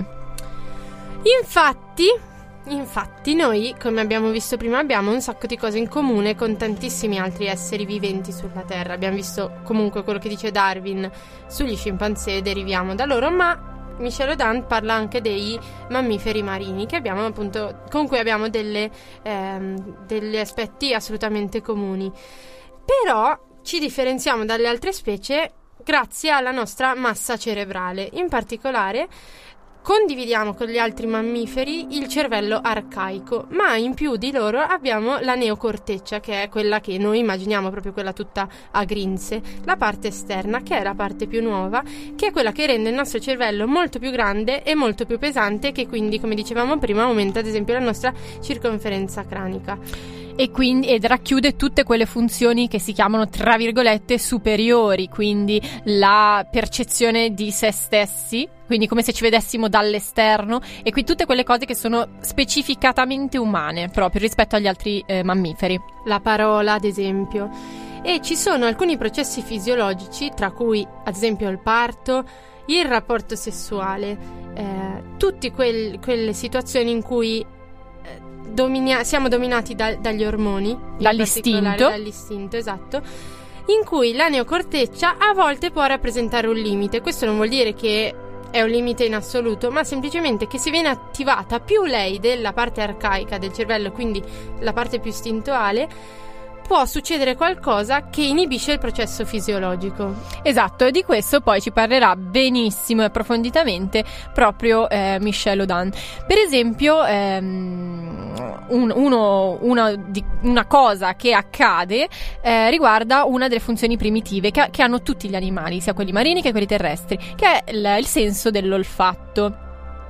Infatti, infatti noi, come abbiamo visto prima, abbiamo un sacco di cose in comune con tantissimi altri esseri viventi sulla Terra. Abbiamo visto comunque quello che dice Darwin sugli scimpanzé, deriviamo da loro, ma Michel Audin parla anche dei mammiferi marini, che abbiamo appunto, con cui abbiamo delle, ehm, degli aspetti assolutamente comuni. Però ci differenziamo dalle altre specie grazie alla nostra massa cerebrale. In particolare condividiamo con gli altri mammiferi il cervello arcaico, ma in più di loro abbiamo la neocorteccia, che è quella che noi immaginiamo, proprio quella tutta a grinze, la parte esterna, che è la parte più nuova, che è quella che rende il nostro cervello molto più grande e molto più pesante, che quindi, come dicevamo prima, aumenta ad esempio la nostra circonferenza cranica. E quindi ed racchiude tutte quelle funzioni che si chiamano, tra virgolette, superiori, quindi la percezione di se stessi, quindi come se ci vedessimo dall'esterno, e qui tutte quelle cose che sono specificatamente umane proprio rispetto agli altri eh, mammiferi. La parola, ad esempio. e ci sono alcuni processi fisiologici, tra cui ad esempio il parto, il rapporto sessuale, eh, tutte quel, quelle situazioni in cui eh, dominia- siamo dominati da- dagli ormoni, in Dall'istinto. particolare dall'istinto, esatto, in cui la neocorteccia a volte può rappresentare un limite. Questo non vuol dire che è un limite in assoluto, ma semplicemente che se viene attivata più lei della parte arcaica del cervello, quindi la parte più istintuale, può succedere qualcosa che inibisce il processo fisiologico. Esatto, e di questo poi ci parlerà benissimo e approfonditamente proprio eh, Michel Audin. Per esempio, ehm, un, uno, una, di, una cosa che accade eh, riguarda una delle funzioni primitive che, che hanno tutti gli animali, sia quelli marini che quelli terrestri, che è il, il senso dell'olfatto.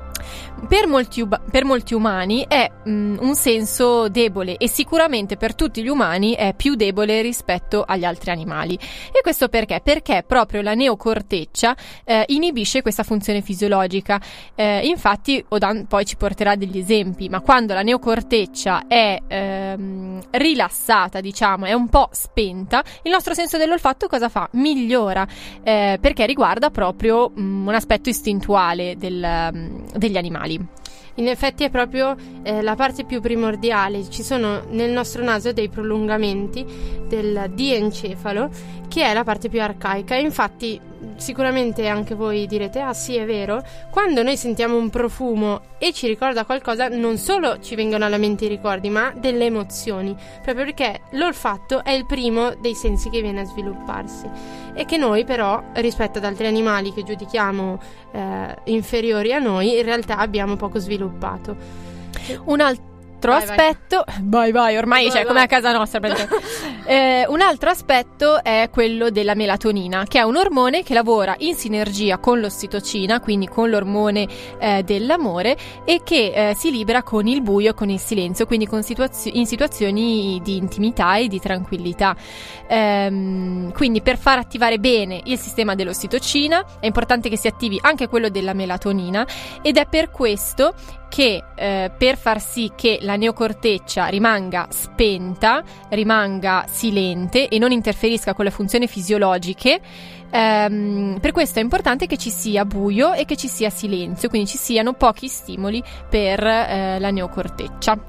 Per molti, per molti umani è mh, un senso debole, e sicuramente per tutti gli umani è più debole rispetto agli altri animali. E questo perché? Perché proprio la neocorteccia eh, inibisce questa funzione fisiologica. Eh, infatti Audin poi ci porterà degli esempi, ma quando la neocorteccia è ehm, rilassata, diciamo, è un po' spenta, il nostro senso dell'olfatto cosa fa? Migliora, eh, perché riguarda proprio mh, un aspetto istintuale del, um, degli animali. In effetti è proprio eh, la parte più primordiale. Ci sono nel nostro naso dei prolungamenti del diencefalo, che è la parte più arcaica, e infatti sicuramente anche voi direte: ah sì, è vero, quando noi sentiamo un profumo e ci ricorda qualcosa, non solo ci vengono alla mente i ricordi, ma delle emozioni, proprio perché l'olfatto è il primo dei sensi che viene a svilupparsi, e che noi però, rispetto ad altri animali che giudichiamo eh, inferiori a noi, in realtà abbiamo poco sviluppato. Un altro Vai, aspetto, vai vai, ormai Vai, cioè vai. come a casa nostra praticamente. eh, un altro aspetto è quello della melatonina, che è un ormone che lavora in sinergia con l'ossitocina, quindi con l'ormone eh, dell'amore, e che eh, si libera con il buio e con il silenzio, quindi con situazio- in situazioni di intimità e di tranquillità. Ehm, quindi per far attivare bene il sistema dell'ossitocina è importante che si attivi anche quello della melatonina, ed è per questo che eh, per far sì che la neocorteccia rimanga spenta, rimanga silente e non interferisca con le funzioni fisiologiche, ehm, per questo è importante che ci sia buio e che ci sia silenzio, quindi ci siano pochi stimoli per eh, la neocorteccia.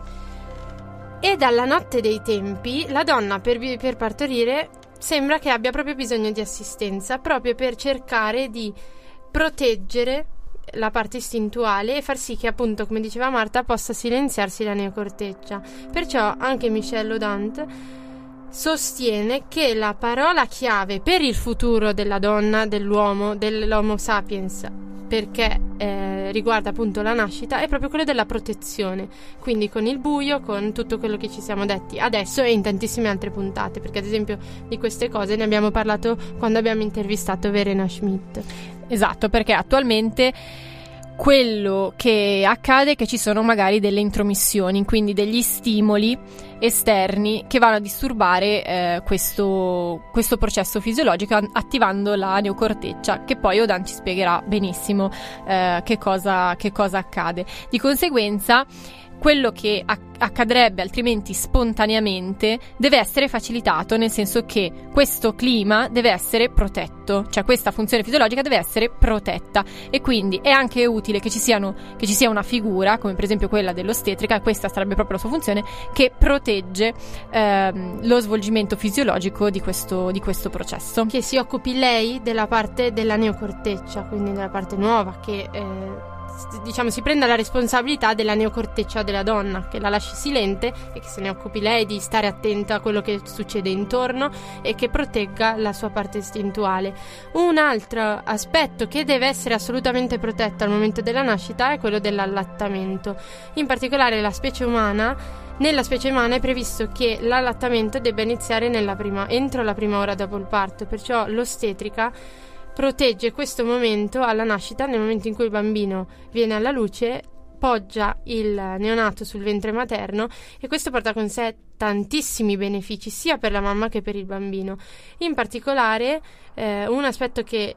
E dalla notte dei tempi la donna per, per partorire sembra che abbia proprio bisogno di assistenza, proprio per cercare di proteggere la parte istintuale e far sì che, appunto, come diceva Marta, possa silenziarsi la neocorteccia. Perciò anche Michel Audin sostiene che la parola chiave per il futuro della donna, dell'uomo, dell'Homo sapiens, perché eh, riguarda appunto la nascita, è proprio quello della protezione, quindi con il buio, con tutto quello che ci siamo detti adesso e in tantissime altre puntate, perché ad esempio di queste cose ne abbiamo parlato quando abbiamo intervistato Verena Schmidt. Esatto, perché attualmente quello che accade è che ci sono magari delle intromissioni, quindi degli stimoli esterni che vanno a disturbare eh, questo, questo processo fisiologico, attivando la neocorteccia, che poi Audin ci spiegherà benissimo eh, che cosa, che cosa accade. Di conseguenza, quello che accadrebbe altrimenti spontaneamente deve essere facilitato, nel senso che questo clima deve essere protetto, cioè questa funzione fisiologica deve essere protetta, e quindi è anche utile che ci siano che ci sia una figura, come per esempio quella dell'ostetrica, questa sarebbe proprio la sua funzione, che protegge ehm, lo svolgimento fisiologico di questo, di questo processo. Che si occupi lei della parte della neocorteccia, quindi della parte nuova, che eh, diciamo si prenda la responsabilità della neocorteccia della donna, che la lasci silente e che se ne occupi lei di stare attenta a quello che succede intorno e che protegga la sua parte istintuale. Un altro aspetto che deve essere assolutamente protetto al momento della nascita è quello dell'allattamento. In particolare la specie umana Nella specie umana è previsto che l'allattamento debba iniziare nella prima, entro la prima ora dopo il parto, perciò l'ostetrica protegge questo momento alla nascita. Nel momento in cui il bambino viene alla luce, poggia il neonato sul ventre materno, e questo porta con sé tantissimi benefici sia per la mamma che per il bambino. In particolare eh, un aspetto che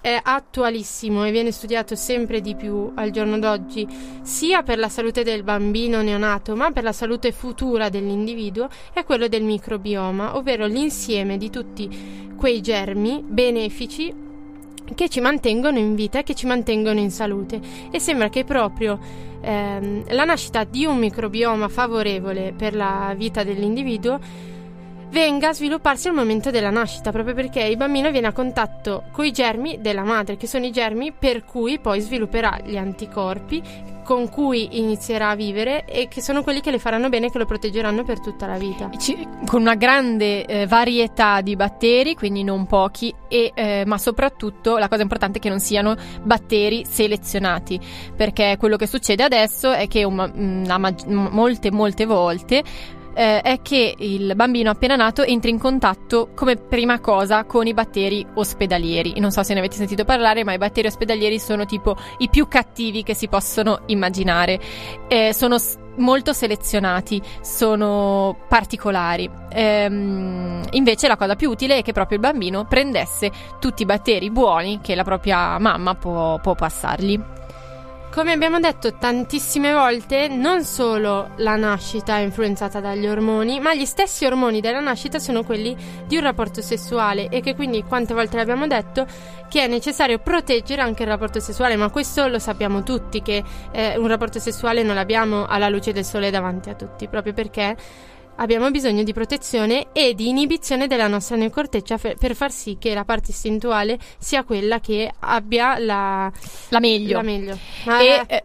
è attualissimo e viene studiato sempre di più al giorno d'oggi, sia per la salute del bambino neonato ma per la salute futura dell'individuo, è quello del microbioma, ovvero l'insieme di tutti quei germi benefici che ci mantengono in vita e che ci mantengono in salute. E sembra che proprio ehm, la nascita di un microbioma favorevole per la vita dell'individuo venga a svilupparsi al momento della nascita, proprio perché il bambino viene a contatto con i germi della madre, che sono i germi per cui poi svilupperà gli anticorpi, con cui inizierà a vivere, e che sono quelli che le faranno bene e che lo proteggeranno per tutta la vita. Ci, con una grande eh, varietà di batteri, quindi non pochi, e, eh, ma soprattutto la cosa importante è che non siano batteri selezionati, perché quello che succede adesso è che una, una, molte molte volte Eh, è che il bambino appena nato entra in contatto come prima cosa con i batteri ospedalieri. Non so se ne avete sentito parlare, ma i batteri ospedalieri sono tipo i più cattivi che si possono immaginare. Eh, sono s- molto selezionati, sono particolari. Ehm, invece la cosa più utile è che proprio il bambino prendesse tutti i batteri buoni che la propria mamma può, può passargli. Come abbiamo detto tantissime volte, non solo la nascita è influenzata dagli ormoni, ma gli stessi ormoni della nascita sono quelli di un rapporto sessuale, e che quindi, quante volte l'abbiamo detto, che è necessario proteggere anche il rapporto sessuale, ma questo lo sappiamo tutti, che eh, un rapporto sessuale non l'abbiamo alla luce del sole davanti a tutti, proprio perché abbiamo bisogno di protezione e di inibizione della nostra neocorteccia per, per far sì che la parte istintuale sia quella che abbia la, la meglio, la meglio. E, eh,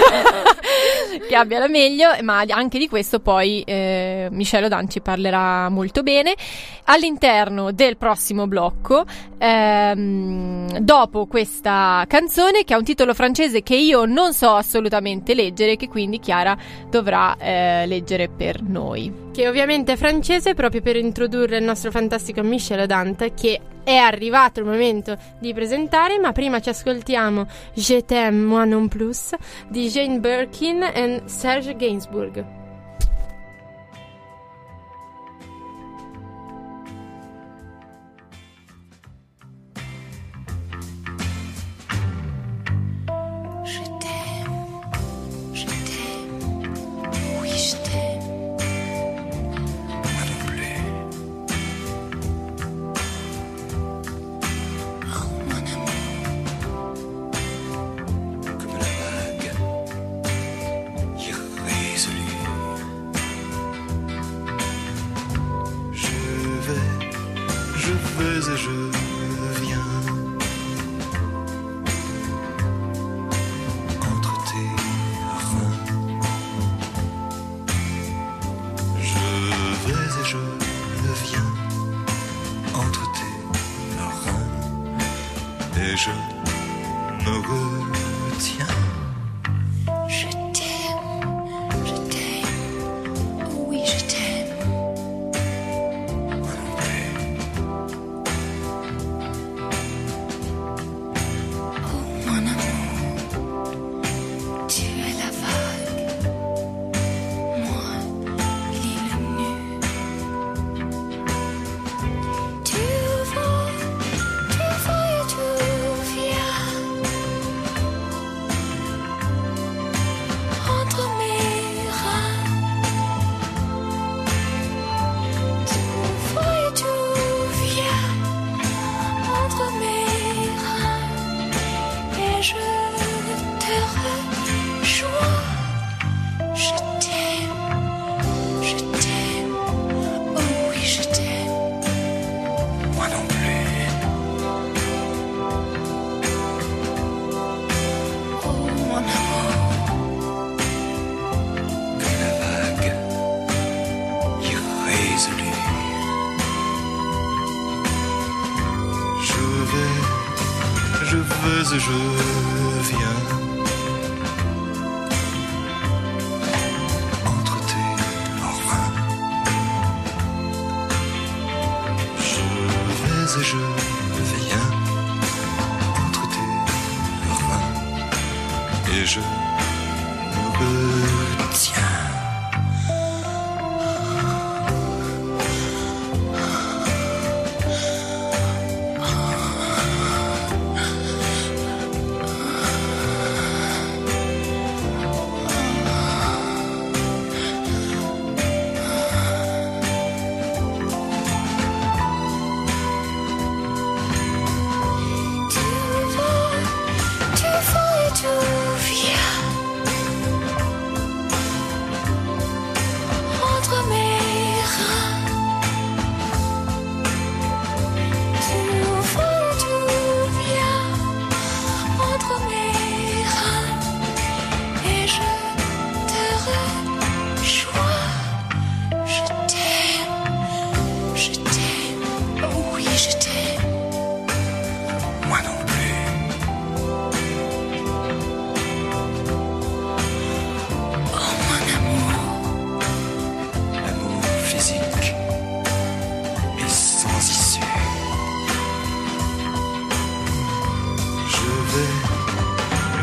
che abbia la meglio, ma anche di questo poi eh, Michel Audin ci parlerà molto bene all'interno del prossimo blocco, ehm, dopo questa canzone che ha un titolo francese che io non so assolutamente leggere, che quindi Chiara dovrà eh, leggere per noi, che ovviamente è francese, proprio per introdurre il nostro fantastico Michel Audin, che è arrivato il momento di presentare. Ma prima ci ascoltiamo Je t'aime moi non plus di Jane Birkin e Serge Gainsbourg. et je viens entre tes reins. Je vais et je viens entre tes reins et je me retiens. Je t'aime, je t'aime, oui je t'aime. Moi non plus. Oh mon amour, tu es la vague, moi l'île nue. Tu vas, tu vas et tu viens entre mes reins. Tu vas et tu viens entre mes reins et je te rejoins. Je t'aime, je t'aime, oh oui je t'aime. Moi non plus. Oh mon amour, Comme la vague irrésolue. Je vais, je veux et je viens entre tes reins. Je vais et je viens entre tes reins et je me retiens.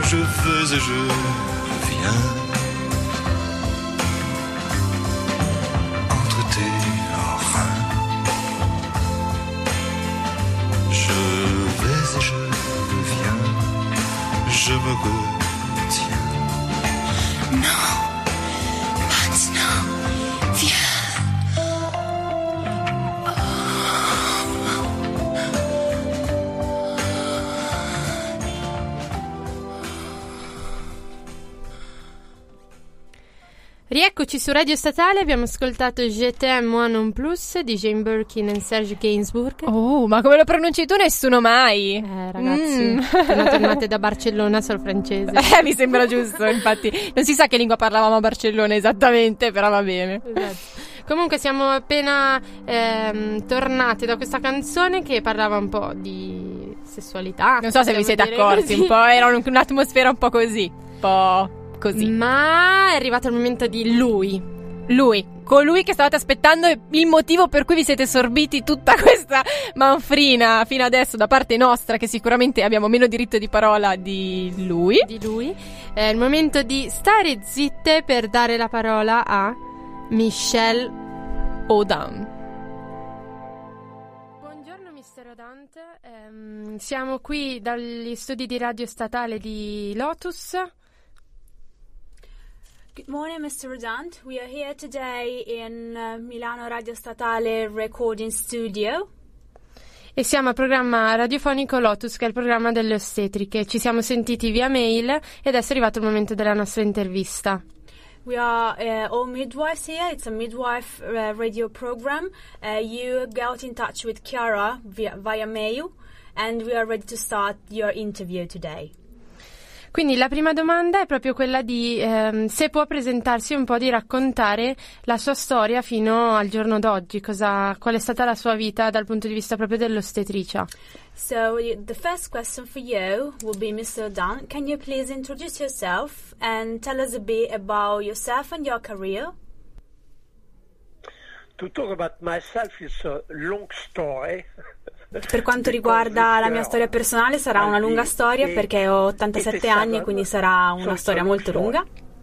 je vais et je viens entre tes reins. Je vais et je viens, je me retiens. Non, maintenant, viens. Rieccoci su Radio Statale, abbiamo ascoltato Je t'aime moi non plus di Jane Birkin e Serge Gainsbourg. Oh, ma come lo pronunci tu? Nessuno mai. Eh ragazzi, Mm. sono tornate da Barcellona sul francese. Eh, mi sembra giusto, infatti. Non si sa che lingua parlavamo a Barcellona esattamente, però va bene. Esatto. Comunque siamo appena ehm, tornati da questa canzone che parlava un po' di sessualità. Non so se vi siete possiamo dire accorti, così. un po' era un- un'atmosfera un po' così, un po' così. Ma è arrivato il momento di lui. Lui, colui che stavate aspettando e il motivo per cui vi siete sorbiti tutta questa manfrina fino adesso da parte nostra, che sicuramente abbiamo meno diritto di parola di lui. Di lui. È il momento di stare zitte per dare la parola a Michel Audin. Buongiorno mister Odante, Ehm, siamo qui dagli studi di Radio Statale di Lotus. Good morning, mister Rodant. We are here today in uh, Milano Radio Statale Recording Studio. E siamo al programma radiofonico Lotus, che è il programma delle ostetriche. Ci siamo sentiti via mail e adesso è arrivato il momento della nostra intervista. We are uh, all midwives here. It's a midwife uh, radio program. Uh, you got in touch with Chiara via, via mail, and we are ready to start your interview today. Quindi la prima domanda è proprio quella di ehm, se può presentarsi un po' di raccontare la sua storia fino al giorno d'oggi, cosa, qual è stata la sua vita dal punto di vista proprio dell'ostetricia. So y- the first question for you will be, mister Rodant. Can you please introduce yourself and tell us a bit about yourself and your career? To talk about myself is a long story. Per quanto riguarda la mia storia personale sarà una lunga storia perché ho ottantasette anni e quindi sarà una storia molto lunga.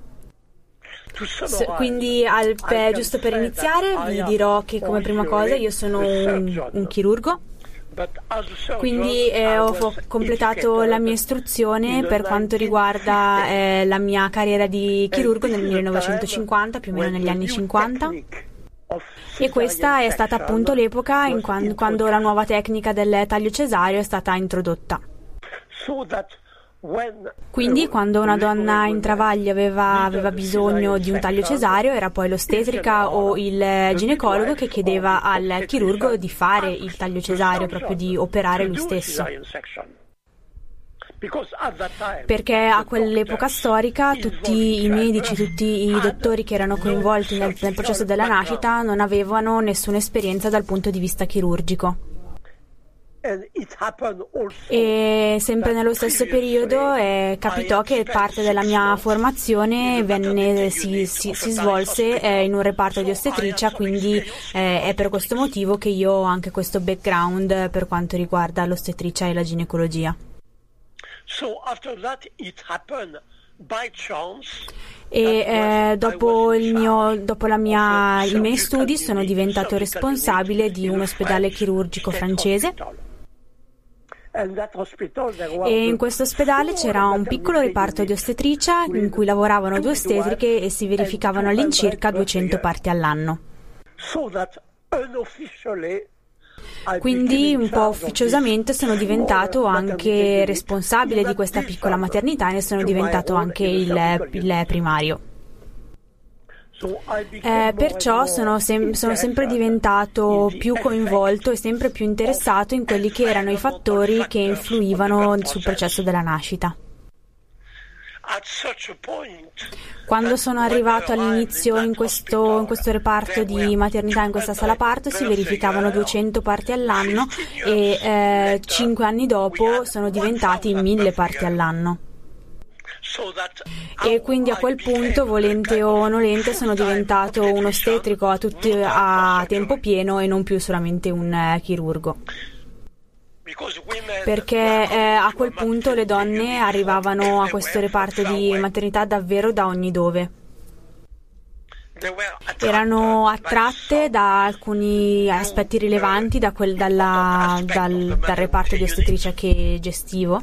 S- quindi al- per- giusto per iniziare vi dirò che come prima cosa io sono un, un chirurgo, quindi eh, ho fo- completato la mia istruzione per quanto riguarda eh, la mia carriera di chirurgo nel millenovecentocinquanta, più o meno negli anni cinquanta. E questa è stata appunto l'epoca in quando, quando la nuova tecnica del taglio cesareo è stata introdotta. Quindi quando una donna in travaglio aveva, aveva bisogno di un taglio cesareo era poi l'ostetrica o il ginecologo che chiedeva al chirurgo di fare il taglio cesareo, proprio di operare lui stesso. Perché a quell'epoca storica tutti i medici, tutti i dottori che erano coinvolti nel, nel processo della nascita non avevano nessuna esperienza dal punto di vista chirurgico. E sempre nello stesso periodo eh, capitò che parte della mia formazione venne, si, si, si svolse eh, in un reparto di ostetricia, quindi eh, è per questo motivo che io ho anche questo background per quanto riguarda l'ostetricia e la ginecologia. So after that it happened by chance. E eh, dopo, il mio, dopo la mia, i miei studi sono diventato responsabile di un ospedale chirurgico francese. E in questo ospedale c'era un piccolo reparto di ostetricia in cui lavoravano due ostetriche e si verificavano all'incirca duecento parti all'anno. Quindi un po' ufficiosamente sono diventato anche responsabile di questa piccola maternità e ne sono diventato anche il, il primario. Eh, perciò sono, sem- sono sempre diventato più coinvolto e sempre più interessato in quelli che erano i fattori che influivano sul processo della nascita. Quando sono arrivato all'inizio in questo, in questo reparto di maternità, in questa sala parto, si verificavano duecento parti all'anno e eh, cinque anni dopo sono diventati mille parti all'anno. E quindi a quel punto, volente o nolente, sono diventato un ostetrico a, tutti, a tempo pieno e non più solamente un eh, chirurgo. perché eh, a quel punto le donne arrivavano a questo reparto di maternità davvero da ogni dove. Erano attratte da alcuni aspetti rilevanti da quel, dalla, dal, dal reparto di ostetricia che gestivo.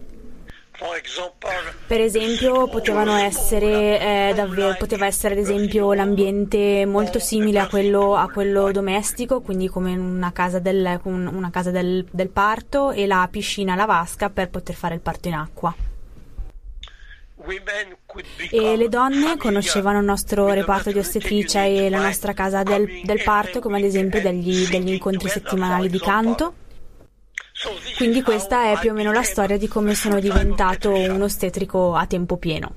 Per esempio potevano essere eh, davvero, poteva essere ad esempio l'ambiente molto simile a quello, a quello domestico, quindi come una casa, del, una casa del, del parto, e la piscina, la vasca per poter fare il parto in acqua. E le donne conoscevano il nostro reparto di ostetricia e la nostra casa del, del parto, come ad esempio degli, degli incontri settimanali di canto. Quindi questa è più o meno la storia di come sono diventato un ostetrico a tempo pieno.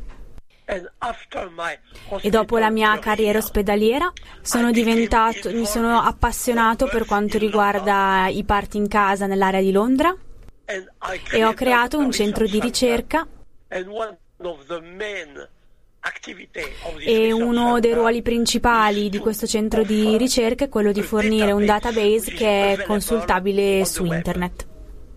E dopo la mia carriera ospedaliera sono diventato, mi sono appassionato per quanto riguarda i parti in casa nell'area di Londra e ho creato un centro di ricerca. E uno dei ruoli principali di questo centro di ricerca è quello di fornire un database che è consultabile su internet.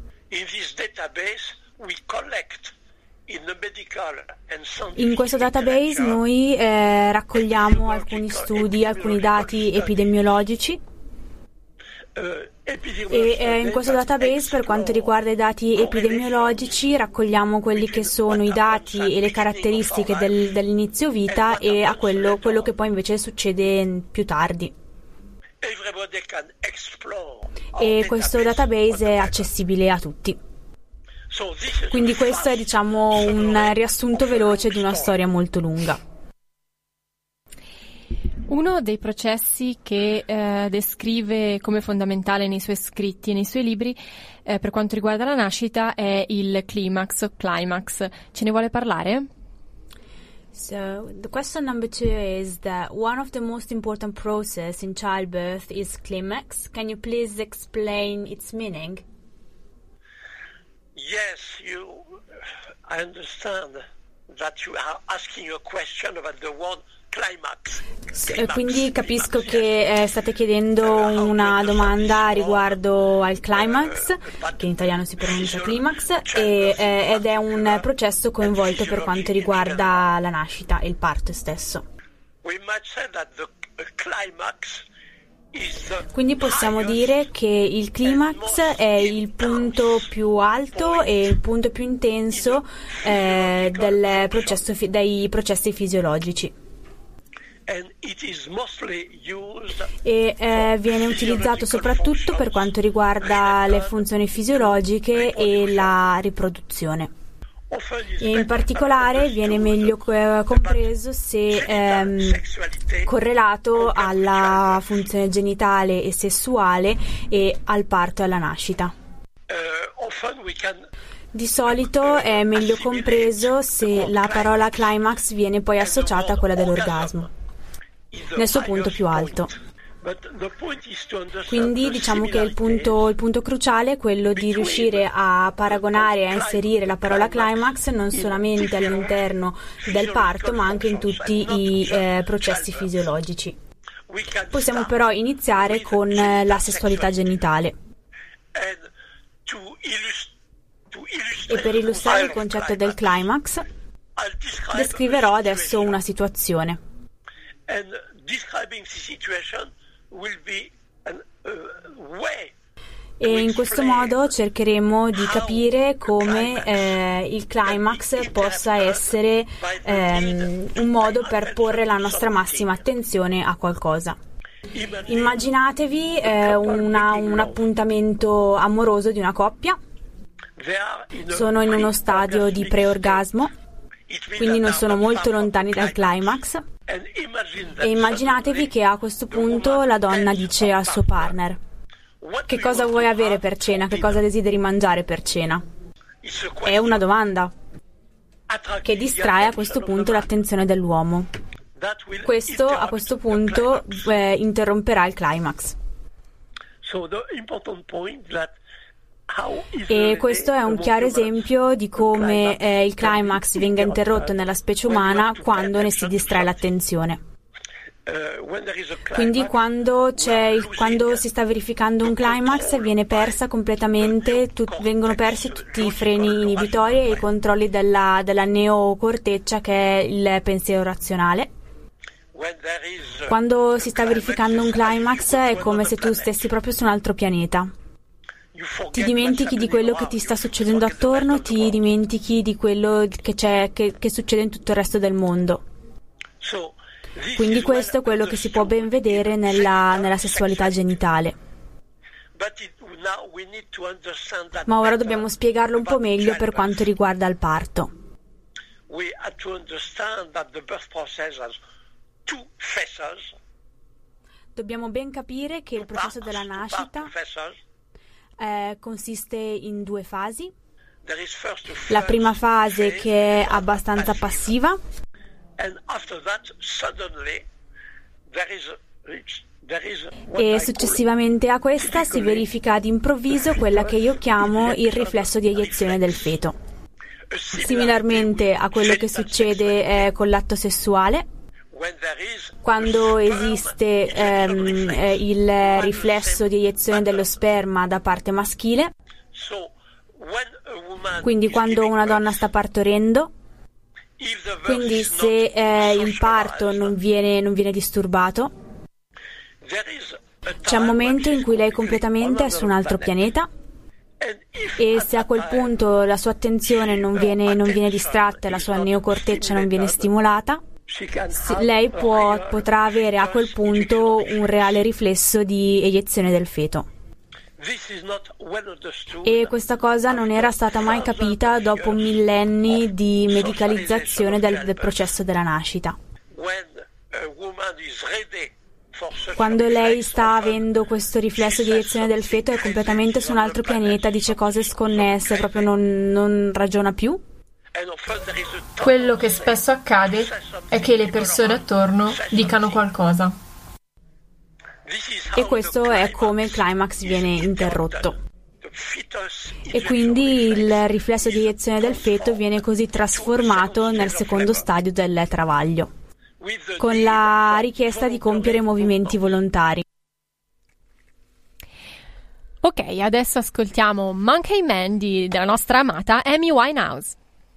In questo database noi eh, raccogliamo alcuni studi, alcuni dati epidemiologici. E eh, in questo database, per quanto riguarda i dati epidemiologici, raccogliamo quelli che sono i dati e le caratteristiche del, dell'inizio vita e a quello, quello che poi invece succede più tardi. E questo database è accessibile a tutti. Quindi questo è, diciamo, un riassunto veloce di una storia molto lunga. Uno dei processi che eh, descrive come fondamentale nei suoi scritti e nei suoi libri eh, per quanto riguarda la nascita è il climax o climax. Ce ne vuole parlare? So, the question number two is that one of the most important process in childbirth is climax. Can you please explain its meaning? Yes, you, I understand that you are asking a question about the word climax. Climax. Quindi capisco che eh, state chiedendo una domanda riguardo al climax, che in italiano si pronuncia climax, e, eh, ed è un processo coinvolto per quanto riguarda la nascita e il parto stesso. Quindi possiamo dire che il climax è il punto più alto e il punto più intenso eh, del processo fi- dei processi fisiologici. E eh, viene utilizzato soprattutto per quanto riguarda le funzioni fisiologiche e la riproduzione. E in particolare viene meglio eh, compreso se ehm, correlato alla funzione genitale e sessuale e al parto e alla nascita. Di solito è meglio compreso se la parola climax viene poi associata a quella dell'orgasmo, nel suo punto più alto. Quindi diciamo che il punto, il punto cruciale è quello di riuscire a paragonare e a inserire la parola climax non solamente all'interno del parto ma anche in tutti i eh, processi fisiologici. Possiamo però iniziare con la sessualità genitale. E per illustrare il concetto del climax descriverò adesso una situazione. E in questo modo cercheremo di capire come eh, il climax possa essere ehm, un modo per porre la nostra massima attenzione a qualcosa. Immaginatevi eh, una, un appuntamento amoroso di una coppia. Sono in uno stadio di preorgasmo, quindi non sono molto lontani dal climax. E immaginatevi che a questo punto la donna dice al suo partner: che cosa vuoi avere per cena? Che cosa desideri mangiare per cena? È una domanda che distrae a questo punto l'attenzione dell'uomo. Questo a questo punto eh, interromperà il climax. E questo è un chiaro esempio di come eh, il climax venga interrotto nella specie umana quando ne si distrae l'attenzione. Quindi quando, c'è il, quando si sta verificando un climax viene persa completamente, tu, vengono persi tutti i freni inibitori e i controlli della, della neocorteccia, che è il pensiero razionale. Quando si sta verificando un climax è come se tu stessi proprio su un altro pianeta. Ti dimentichi di quello che ti sta succedendo attorno, ti dimentichi di quello che c'è, che, che succede in tutto il resto del mondo. Quindi questo è quello che si può ben vedere nella, nella sessualità genitale. Ma ora dobbiamo spiegarlo un po' meglio per quanto riguarda il parto. Dobbiamo ben capire che il processo della nascita eh, consiste in due fasi. La prima fase, che è abbastanza passiva, e successivamente a questa si verifica ad improvviso quella che io chiamo il riflesso di eiezione del feto. Similarmente a quello che succede eh, con l'atto sessuale, quando esiste ehm, eh, il riflesso di eiezione dello sperma da parte maschile, quindi quando una donna sta partorendo, quindi se eh, il parto non viene, non viene disturbato, c'è un momento in cui lei completamente è su un altro pianeta, e se a quel punto la sua attenzione non viene, non viene distratta e la sua neocorteccia non viene stimolata, lei può, potrà avere a quel punto un reale riflesso di eiezione del feto. E questa cosa non era stata mai capita dopo millenni di medicalizzazione del, del processo della nascita. Quando lei sta avendo questo riflesso di eiezione del feto è completamente su un altro pianeta, dice cose sconnesse, proprio non, non ragiona più. Quello che spesso accade è che le persone attorno dicano qualcosa. E questo è come il climax viene interrotto. E quindi il riflesso di eiezione del feto viene così trasformato nel secondo stadio del travaglio, con la richiesta di compiere movimenti volontari. Ok, adesso ascoltiamo Monkey Man di, della nostra amata Amy Winehouse.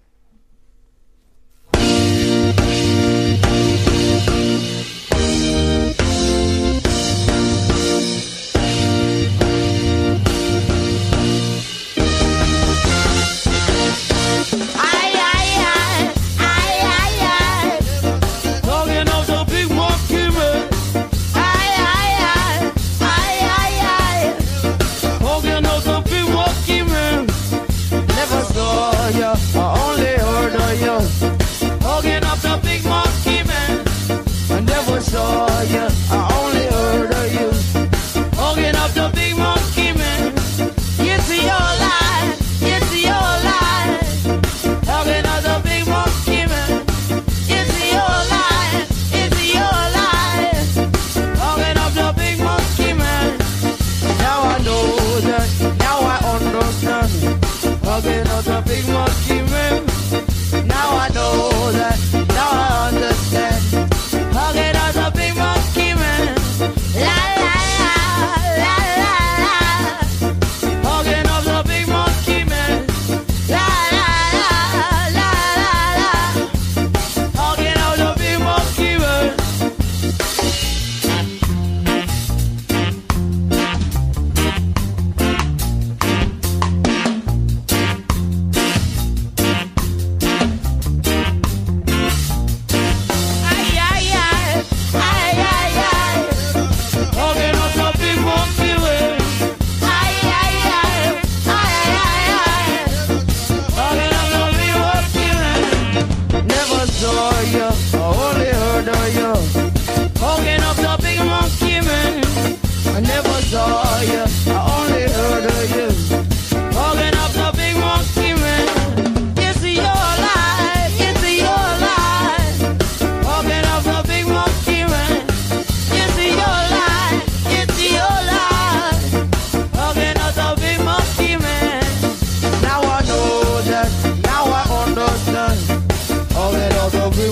Saw you, I only heard of you. Hugging up the big monkey man. It's your life, it's your life. Hugging up the big monkey man. It's your life, it's your life. Hugging up the big monkey man. Now I know that, now I understand. Hugging up the big monkey man. Now I know that, now I understand. Hugging up the big monkey man. La la la la la la. Hugging up the big monkey man. La la la la la la. Hugging up the big monkey man. Saw you, I only heard of you. Hugging up the big monkey man. It's your life, it's your life. Hugging up the big monkey man. It's your life, it's your life. Hugging up the big monkey man. Now I know that, now I understand. Hugging up the big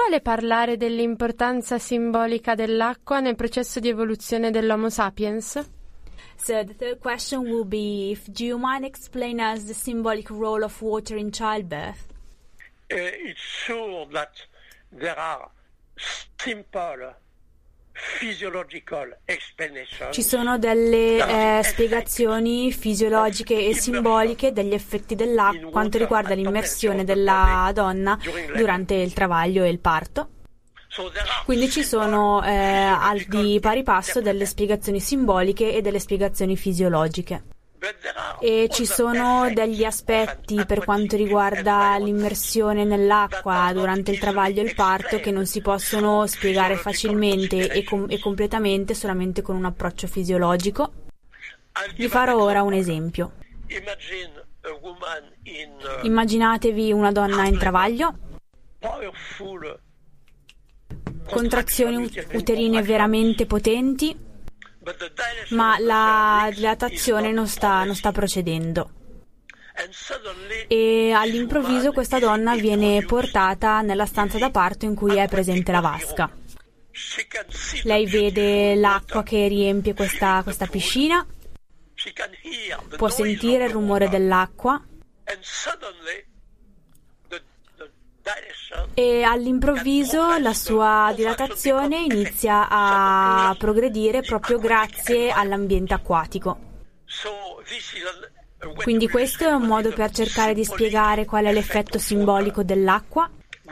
normale parlare dell'importanza simbolica dell'acqua nel processo di evoluzione dell'Homo sapiens? So the third question will be, if, do you mind explain us the symbolic role of water in childbirth? Uh, it's sure that there are simple physiological explanations. Ci sono delle eh, spiegazioni fisiologiche e simboliche degli effetti dell'acqua quanto riguarda l'immersione della donna durante il travaglio e il parto. Quindi ci sono eh, al di pari passo delle spiegazioni simboliche e delle spiegazioni fisiologiche. E ci sono degli aspetti per quanto riguarda l'immersione nell'acqua durante il travaglio e il parto che non si possono spiegare facilmente e, com- e completamente solamente con un approccio fisiologico. Vi farò ora un esempio. Immaginatevi una donna in travaglio, contrazioni ut- uterine veramente potenti, ma la dilatazione non sta, non sta procedendo. E all'improvviso questa donna viene portata nella stanza da parto in cui è presente la vasca. Lei vede l'acqua che riempie questa, questa piscina, può sentire il rumore dell'acqua e all'improvviso la sua dilatazione inizia a progredire proprio grazie all'ambiente acquatico. Quindi questo è un modo per cercare di spiegare qual è l'effetto simbolico dell'acqua,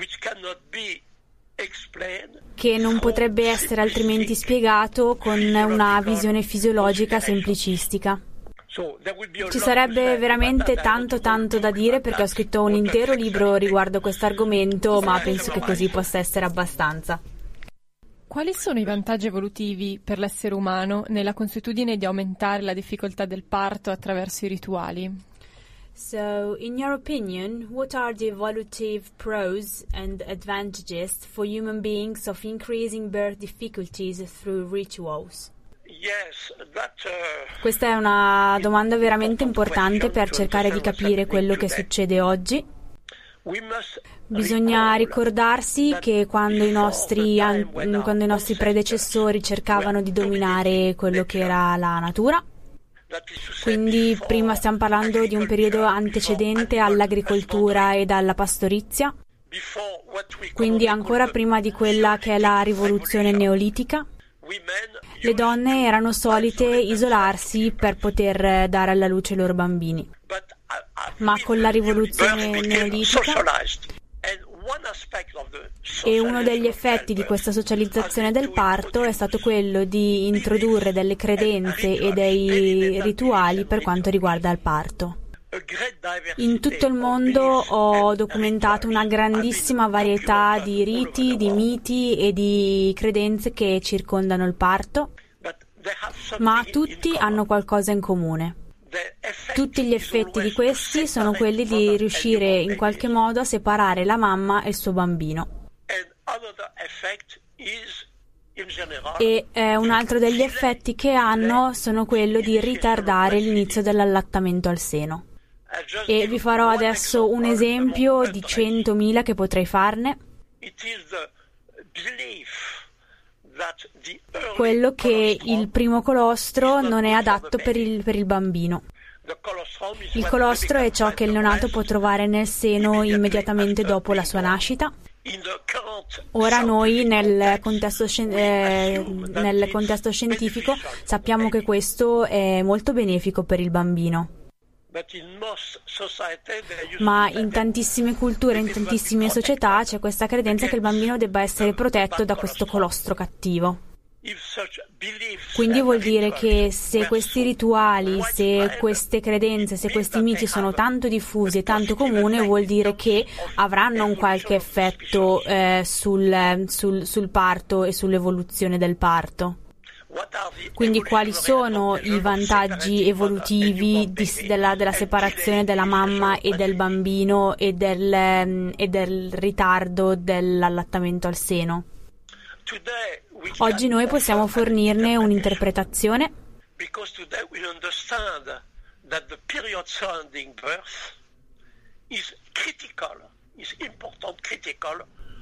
che non potrebbe essere altrimenti spiegato con una visione fisiologica semplicistica. Ci sarebbe veramente tanto tanto da dire perché ho scritto un intero libro riguardo questo argomento, ma penso che così possa essere abbastanza. Quali sono i vantaggi evolutivi per l'essere umano nella consuetudine di aumentare la difficoltà del parto attraverso i rituali? So, in your opinion, what are the evolutive pros and advantages for human beings of increasing birth difficulties through rituals? Questa è una domanda veramente importante per cercare di capire quello che succede oggi. Bisogna ricordarsi che quando i nostri, quando i nostri predecessori cercavano di dominare quello che era la natura, quindi prima stiamo parlando di un periodo antecedente all'agricoltura ed alla pastorizia, quindi ancora prima di quella che è la rivoluzione neolitica, le donne erano solite isolarsi per poter dare alla luce i loro bambini. Ma con la rivoluzione neolitica e uno degli effetti di questa socializzazione del parto è stato quello di introdurre delle credenze e dei rituali per quanto riguarda il parto. In tutto il mondo ho documentato una grandissima varietà di riti, di miti e di credenze che circondano il parto, ma tutti hanno qualcosa in comune. Tutti gli effetti di questi sono quelli di riuscire in qualche modo a separare la mamma e il suo bambino. E eh, un altro degli effetti che hanno sono quello di ritardare l'inizio dell'allattamento al seno. E vi farò adesso un esempio di centomila che potrei farne. Quello che il primo colostro non è adatto per il, per il bambino. Il colostro è ciò che il neonato può trovare nel seno immediatamente dopo la sua nascita. Ora noi nel contesto, scien- eh, nel contesto scientifico sappiamo che questo è molto benefico per il bambino. Ma in tantissime culture, in tantissime società c'è questa credenza che il bambino debba essere protetto da questo colostro cattivo. Quindi vuol dire che se questi rituali, se queste credenze, se questi miti sono tanto diffusi e tanto comuni, vuol dire che avranno un qualche effetto eh, sul, sul, sul parto e sull'evoluzione del parto. Quindi quali sono i vantaggi evolutivi di, della, della separazione della mamma e del bambino e del, e del ritardo dell'allattamento al seno? Oggi noi possiamo fornirne un'interpretazione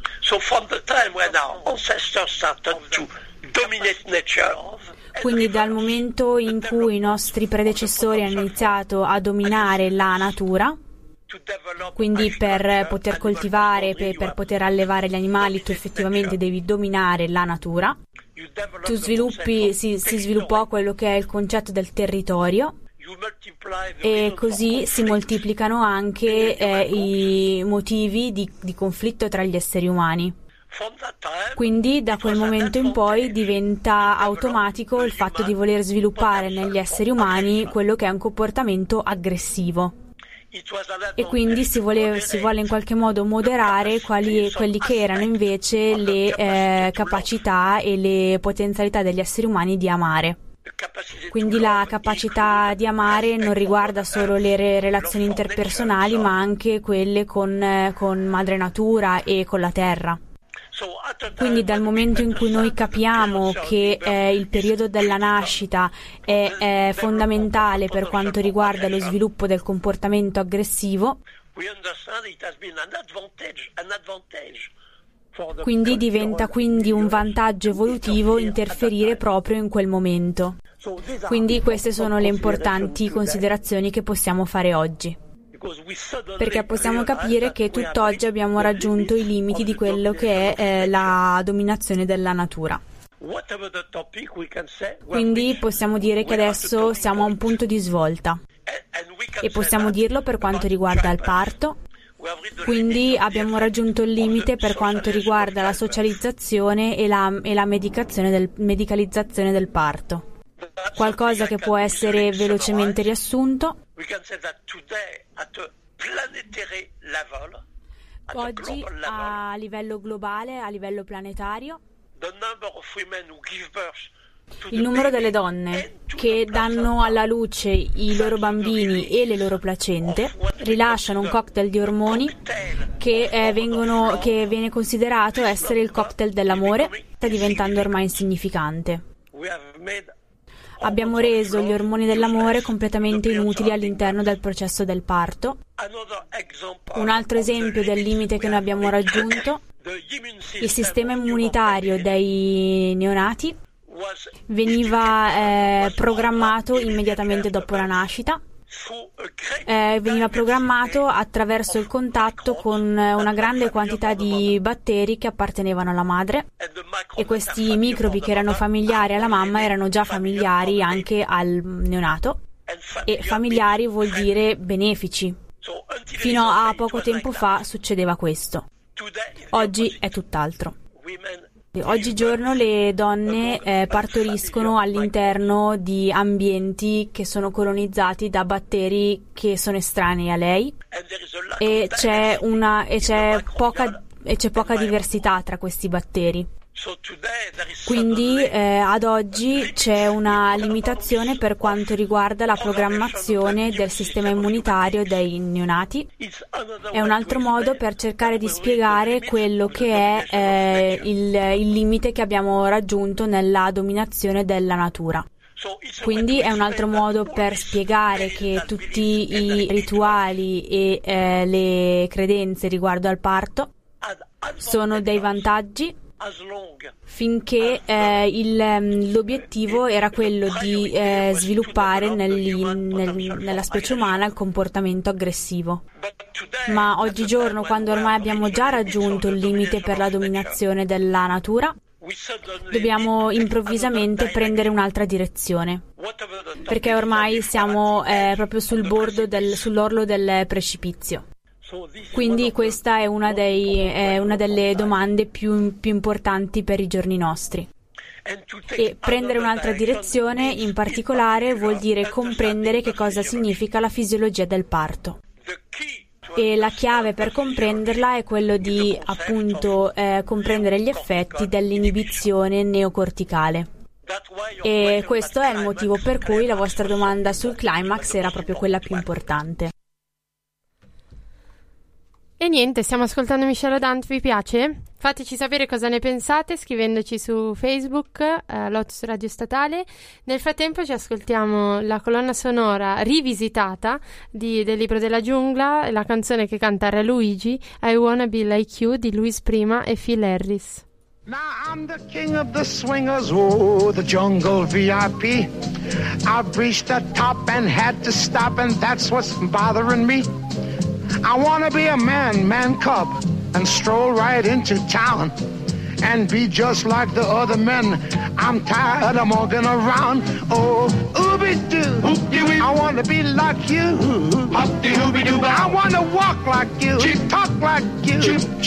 So from the time when our ancestors started to dominate nature, Quindi dal momento in cui i nostri predecessori hanno iniziato a dominare la natura, quindi per poter coltivare, per, per poter allevare gli animali, tu effettivamente devi dominare la natura. Tu sviluppi, si, si sviluppò quello che è il concetto del territorio, e così si moltiplicano anche eh, i motivi di, di conflitto tra gli esseri umani. Quindi da quel momento in poi diventa automatico il fatto di voler sviluppare negli esseri umani quello che è un comportamento aggressivo. E quindi si vuole, si vuole in qualche modo moderare quali, quelli che erano invece le eh, capacità e le potenzialità degli esseri umani di amare. Quindi la capacità di amare non riguarda solo le re- relazioni interpersonali, ma anche quelle con, eh, con madre natura e con la terra. Quindi dal momento in cui noi capiamo che eh, il periodo della nascita è, è fondamentale per quanto riguarda lo sviluppo del comportamento aggressivo, quindi diventa quindi un vantaggio evolutivo interferire proprio in quel momento. Quindi queste sono le importanti considerazioni che possiamo fare oggi, perché possiamo capire che tutt'oggi abbiamo raggiunto i limiti di quello che è eh, la dominazione della natura. Quindi possiamo dire che adesso siamo a un punto di svolta, e possiamo dirlo per quanto riguarda il parto. Quindi abbiamo raggiunto il limite per quanto riguarda la socializzazione e la, e la medicazione del, medicalizzazione del parto. Qualcosa che può essere velocemente riassunto. Oggi a livello globale, a livello planetario, il numero delle donne che danno alla luce i loro bambini e le loro placente rilasciano un cocktail di ormoni che, eh, vengono, che viene considerato essere il cocktail dell'amore, sta diventando ormai insignificante. Abbiamo reso gli ormoni dell'amore completamente inutili all'interno del processo del parto. Un altro esempio del limite che noi abbiamo raggiunto: il sistema immunitario dei neonati veniva eh, programmato immediatamente dopo la nascita. Eh, veniva programmato attraverso il contatto con una grande quantità di batteri che appartenevano alla madre, e questi microbi che erano familiari alla mamma erano già familiari anche al neonato, e familiari vuol dire benefici. Fino a poco tempo fa succedeva questo. Oggi è tutt'altro. Oggigiorno le donne eh, partoriscono all'interno di ambienti che sono colonizzati da batteri che sono estranei a lei, e c'è una e c'è poca e c'è poca diversità tra questi batteri. Quindi eh, ad oggi c'è una limitazione per quanto riguarda la programmazione del sistema immunitario dei neonati. È un altro modo per cercare di spiegare quello che è eh, il, il limite che abbiamo raggiunto nella dominazione della natura. Quindi è un altro modo per spiegare che tutti i rituali e eh, le credenze riguardo al parto sono dei vantaggi, finché eh, il, l'obiettivo era quello di eh, sviluppare negli, nel, nella specie umana il comportamento aggressivo. Ma oggigiorno, quando ormai abbiamo già raggiunto il limite per la dominazione della natura, dobbiamo improvvisamente prendere un'altra direzione, perché ormai siamo eh, proprio sul bordo del, sull'orlo del precipizio. Quindi questa è una, dei, è una delle domande più, più importanti per i giorni nostri. E prendere un'altra direzione in particolare vuol dire comprendere che cosa significa la fisiologia del parto. E la chiave per comprenderla è quello di appunto eh, comprendere gli effetti dell'inibizione neocorticale. E questo è il motivo per cui la vostra domanda sul climax era proprio quella più importante. E niente, stiamo ascoltando Michel Odant, vi piace? Fateci sapere cosa ne pensate scrivendoci su Facebook, eh, Lotus Radio Statale. Nel frattempo ci ascoltiamo la colonna sonora rivisitata di, del Libro della Giungla, la canzone che canta Re Luigi, I Wanna Be Like You di Luis Prima e Phil Harris. Now I'm the king of the swingers, oh, the jungle V I P. I've reached the top and had to stop, and that's what's bothering me. I wanna be a man, man cub, and stroll right into town and be just like the other men. I'm tired of walking around. Oh, ooby-doo, I wanna be like you. I wanna walk like you, talk like you.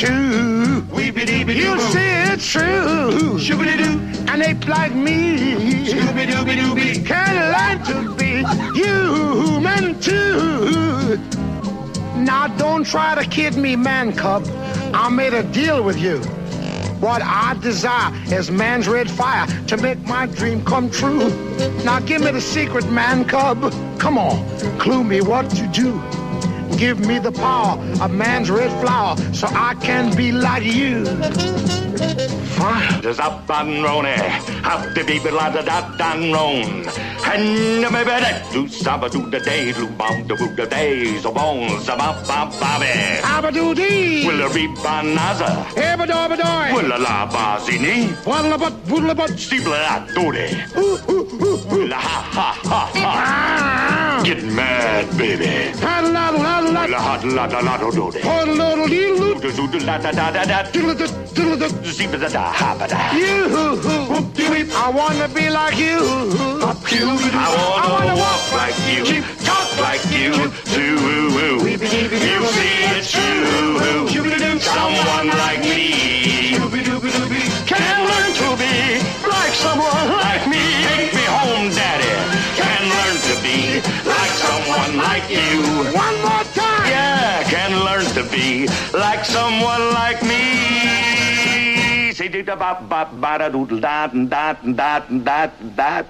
You see it's true, and ape like me can learn to be human too. Now don't try to kid me, man cub. I made a deal with you. What I desire is man's red fire to make my dream come true. Now give me the secret, man cub. Come on, clue me what to do. Give me the power of man's red flower so I can be like you. There's up and rone, up the baby la da da dan roan. And the baby that do saba do the day, do bomb the boot the days, the bones of up up bobby. Abadoo dee. Will a reap banaza. Ebadobadoi. Will a la bazini. Waddleabut, woodleabut. Steeple a doody. Will a ha ha ha ha. Get mad, baby. Paddle laddle laddle laddle. Will a hot la da la do doody. Paddle laddle deedle. Do do do la da da da da. Diddle da diddle da. Steeple da da ha ba da. You, I wanna be like you. I wanna, I wanna walk like you, talk like you, too. You see it's true. Someone like me can learn to be like someone like me. Take me home, Daddy. Can learn to be like someone like you. One more time. Yeah, can learn to be like someone like me. Say da ba ba ba da doodle da da da da da.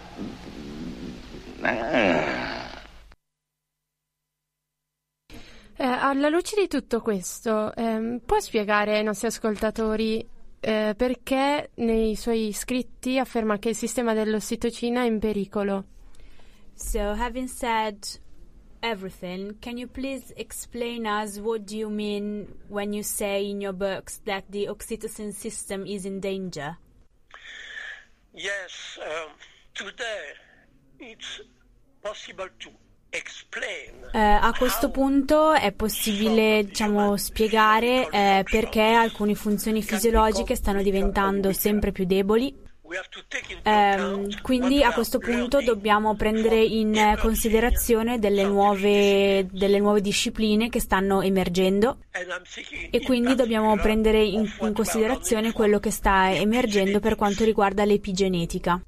Eh, alla luce di tutto questo, ehm, può spiegare ai nostri ascoltatori eh, perché nei suoi scritti afferma che il sistema dell'ossitocina è in pericolo? So, having said everything, can you please explain us what do you mean when you say in your books that the oxytocin system is in danger? Yes, um, today it's possible to explain. Eh, a questo punto è possibile, diciamo, spiegare eh, perché alcune funzioni fisiologiche stanno diventando sempre più deboli. Eh, quindi a questo punto dobbiamo prendere in considerazione delle nuove, delle nuove discipline che stanno emergendo e quindi dobbiamo prendere in, in considerazione quello che sta emergendo per quanto riguarda l'epigenetica.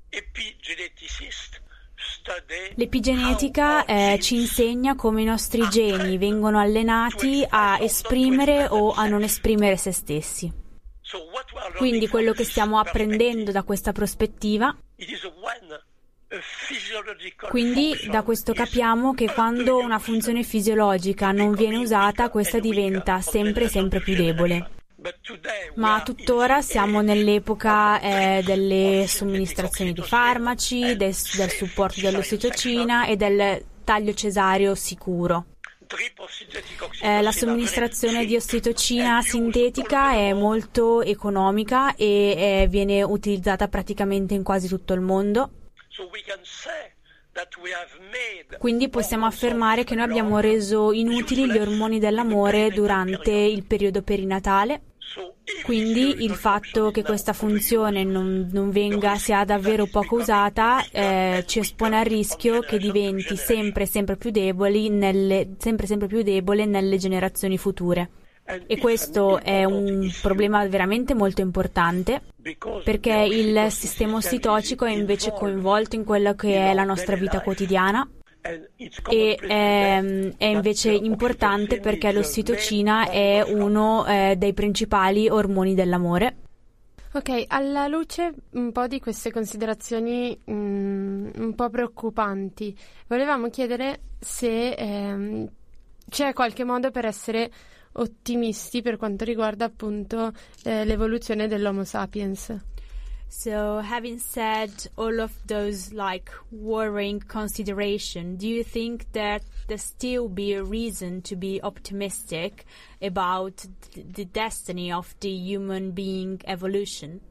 L'epigenetica eh, ci insegna come i nostri geni vengono allenati a esprimere o a non esprimere se stessi. Quindi quello che stiamo apprendendo da questa prospettiva, quindi da questo capiamo che quando una funzione fisiologica non viene usata, questa diventa sempre sempre più debole. Ma tuttora siamo nell'epoca eh, delle somministrazioni di farmaci, del, del supporto dell'ossitocina e del taglio cesareo sicuro. Eh, la somministrazione di ossitocina sintetica è molto economica e eh, viene utilizzata praticamente in quasi tutto il mondo. Quindi possiamo affermare che noi abbiamo reso inutili gli ormoni dell'amore durante il periodo perinatale. Quindi il fatto che questa funzione non, non venga, sia davvero poco usata, eh, ci espone al rischio che diventi sempre sempre più deboli nelle, sempre sempre più debole nelle generazioni future. E questo è un problema veramente molto importante, perché il sistema ossitocico è invece coinvolto in quello che è la nostra vita quotidiana. E è, è invece importante perché l'ossitocina è uno eh, dei principali ormoni dell'amore. Ok, alla luce un po' di queste considerazioni um, un po' preoccupanti, volevamo chiedere se ehm, c'è qualche modo per essere ottimisti per quanto riguarda appunto eh, l'evoluzione dell'Homo sapiens. So, having said all of those like worrying consideration, do you think that there still be a reason to be optimistic about th- the destiny of the human being evolution?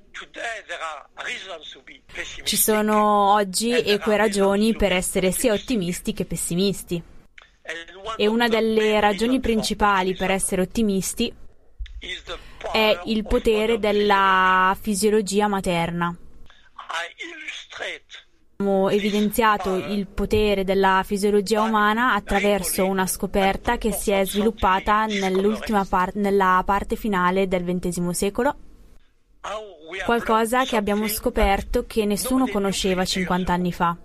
Ci sono oggi eque ragioni per essere sia ottimisti che pessimisti. E una delle ragioni principali per essere ottimisti è il potere della fisiologia materna. Abbiamo evidenziato il potere della fisiologia umana attraverso una scoperta che si è sviluppata nell'ultima par- nella parte finale del ventesimo secolo. Qualcosa che abbiamo scoperto che nessuno conosceva cinquanta anni fa.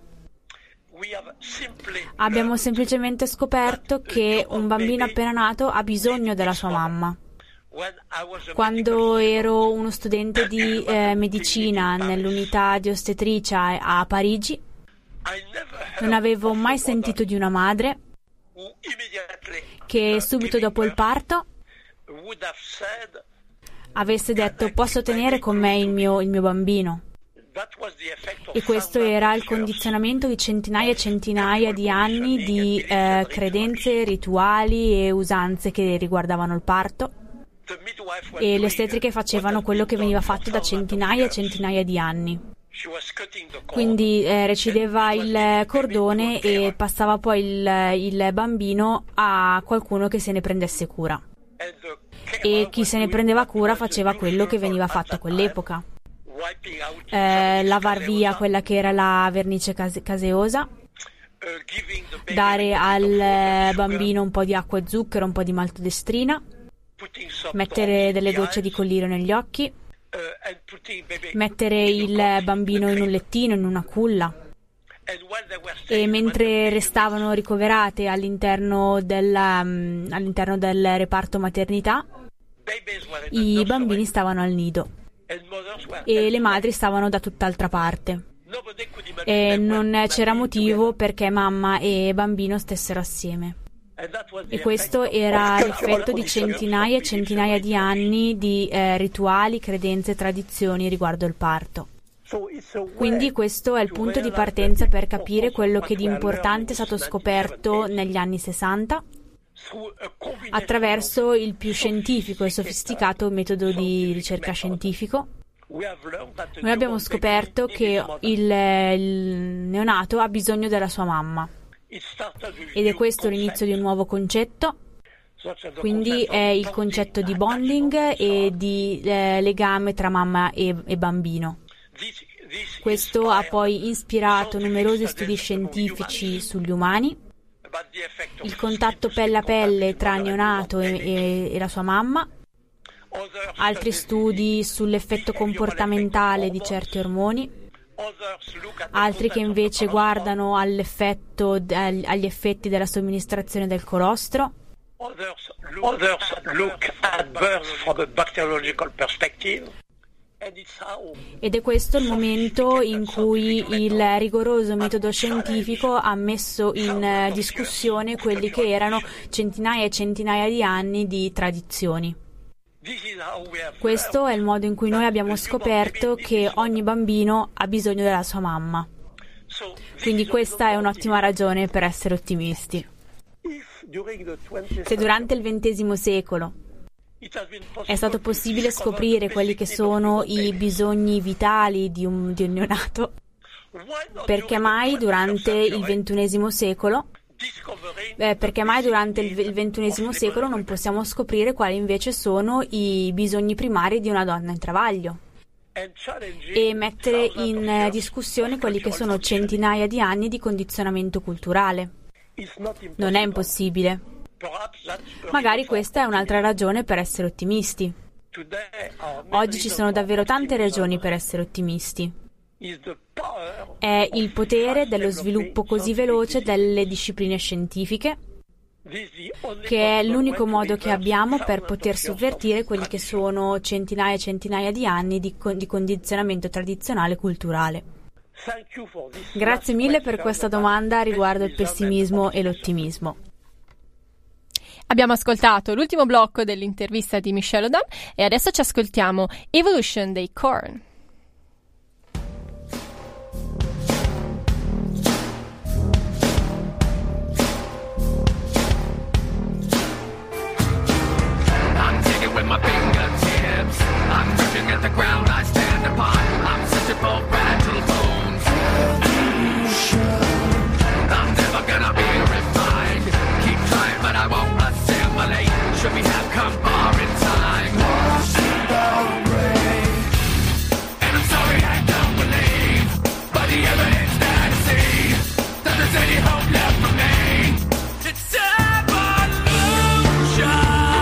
Abbiamo semplicemente scoperto che un bambino appena nato ha bisogno della sua mamma. Quando ero uno studente di eh, medicina nell'unità di ostetricia a Parigi, non avevo mai sentito di una madre che subito dopo il parto avesse detto: posso tenere con me il mio, il mio bambino. E questo era il condizionamento di centinaia e centinaia di anni di eh, credenze, rituali e usanze che riguardavano il parto. E le ostetriche facevano quello che veniva fatto da centinaia e centinaia di anni. Quindi eh, recideva il cordone e passava poi il, il bambino a qualcuno che se ne prendesse cura. E chi se ne prendeva cura faceva quello che veniva fatto a quell'epoca. Eh, lavar via quella che era la vernice case- caseosa, dare al bambino un po' di acqua e zucchero, un po' di maltodestrina, mettere delle gocce di colliro negli occhi, mettere il bambino in un lettino, in una culla, e mentre restavano ricoverate all'interno, della, um, all'interno del reparto maternità, i bambini stavano al nido e le madri stavano da tutt'altra parte. E non c'era motivo perché mamma e bambino stessero assieme. E questo era l'effetto di centinaia e centinaia di anni di eh, rituali, credenze e tradizioni riguardo il parto. Quindi questo è il punto di partenza per capire quello che di importante è stato scoperto negli anni sessanta attraverso il più scientifico e sofisticato metodo di ricerca scientifico. Noi abbiamo scoperto che il, il neonato ha bisogno della sua mamma. Ed è questo l'inizio di un nuovo concetto, quindi è il concetto di bonding e di eh, legame tra mamma e, e bambino. Questo ha poi ispirato numerosi studi scientifici sugli umani, il contatto pelle a pelle tra neonato e, e, e la sua mamma, altri studi sull'effetto comportamentale di certi ormoni, altri che invece guardano all'effetto, agli effetti della somministrazione del colostro, Others look at birth from a bacteriological perspective. Ed è questo il momento in cui il rigoroso metodo scientifico ha messo in discussione quelli che erano centinaia e centinaia di anni di tradizioni. Questo è il modo in cui noi abbiamo scoperto che ogni bambino ha bisogno della sua mamma. Quindi questa è un'ottima ragione per essere ottimisti. Se durante il ventesimo secolo è stato possibile scoprire quelli che sono i bisogni vitali di un, di un neonato, perché mai durante il ventunesimo secolo eh, perché mai durante il, il ventunesimo secolo non possiamo scoprire quali invece sono i bisogni primari di una donna in travaglio e mettere in discussione quelli che sono centinaia di anni di condizionamento culturale. Non è impossibile. Magari questa è un'altra ragione per essere ottimisti. Oggi ci sono davvero tante ragioni per essere ottimisti. È il potere dello sviluppo così veloce delle discipline scientifiche, che è l'unico modo che abbiamo per poter sovvertire quelli che sono centinaia e centinaia di anni di, con- di condizionamento tradizionale e culturale. Grazie mille per questa domanda riguardo il pessimismo e l'ottimismo. Abbiamo ascoltato l'ultimo blocco dell'intervista di Michelle Odan e adesso ci ascoltiamo Evolution dei Korn. I'm digging with my fingertips. I'm gripping at the ground I stand upon. I'm searching for fragile bones. I'm never gonna be refined. Keep trying, but I won't assimilate. Should we have come far in time? And I'm sorry I don't believe, but the evidence that I see, that there's any hope left for me. It's evolution.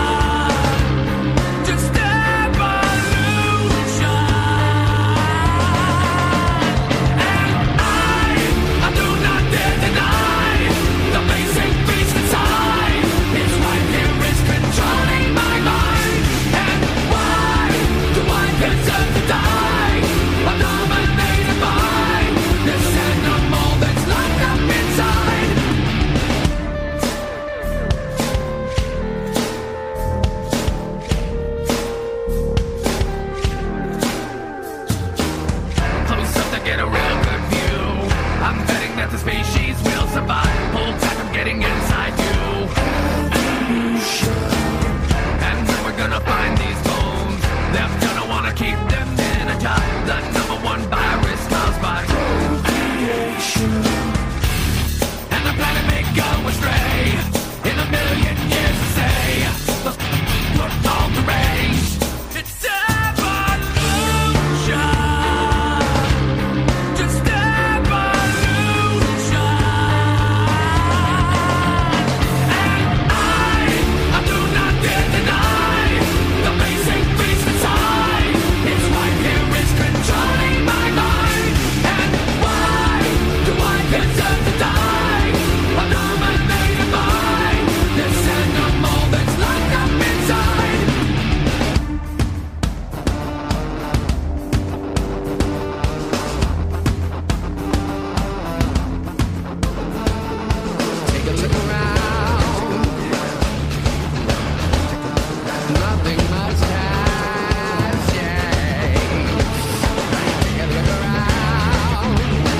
Just evolution. And I, I do not dare deny the basic beast inside. It's right here, it's controlling my mind. And why do I deserve to die? I'm dominated by this animal that's locked up inside. Close up to get a real good view. I'm betting that the species will survive. Pull back, I'm getting inside you. And then we're gonna find these bones. They're gonna wanna keep them energized. The number one virus caused by radiation. And the planet may go astray in a million years to say the look all deranged. It's evolution. Just evolution. And I, I do not dare deny the basic beast inside. It's right here, it's controlling my mind. And why do I deserve to die? I'm dominated by this animal that's locked up inside. Take a look around. Nothing much has changed. Take a look around.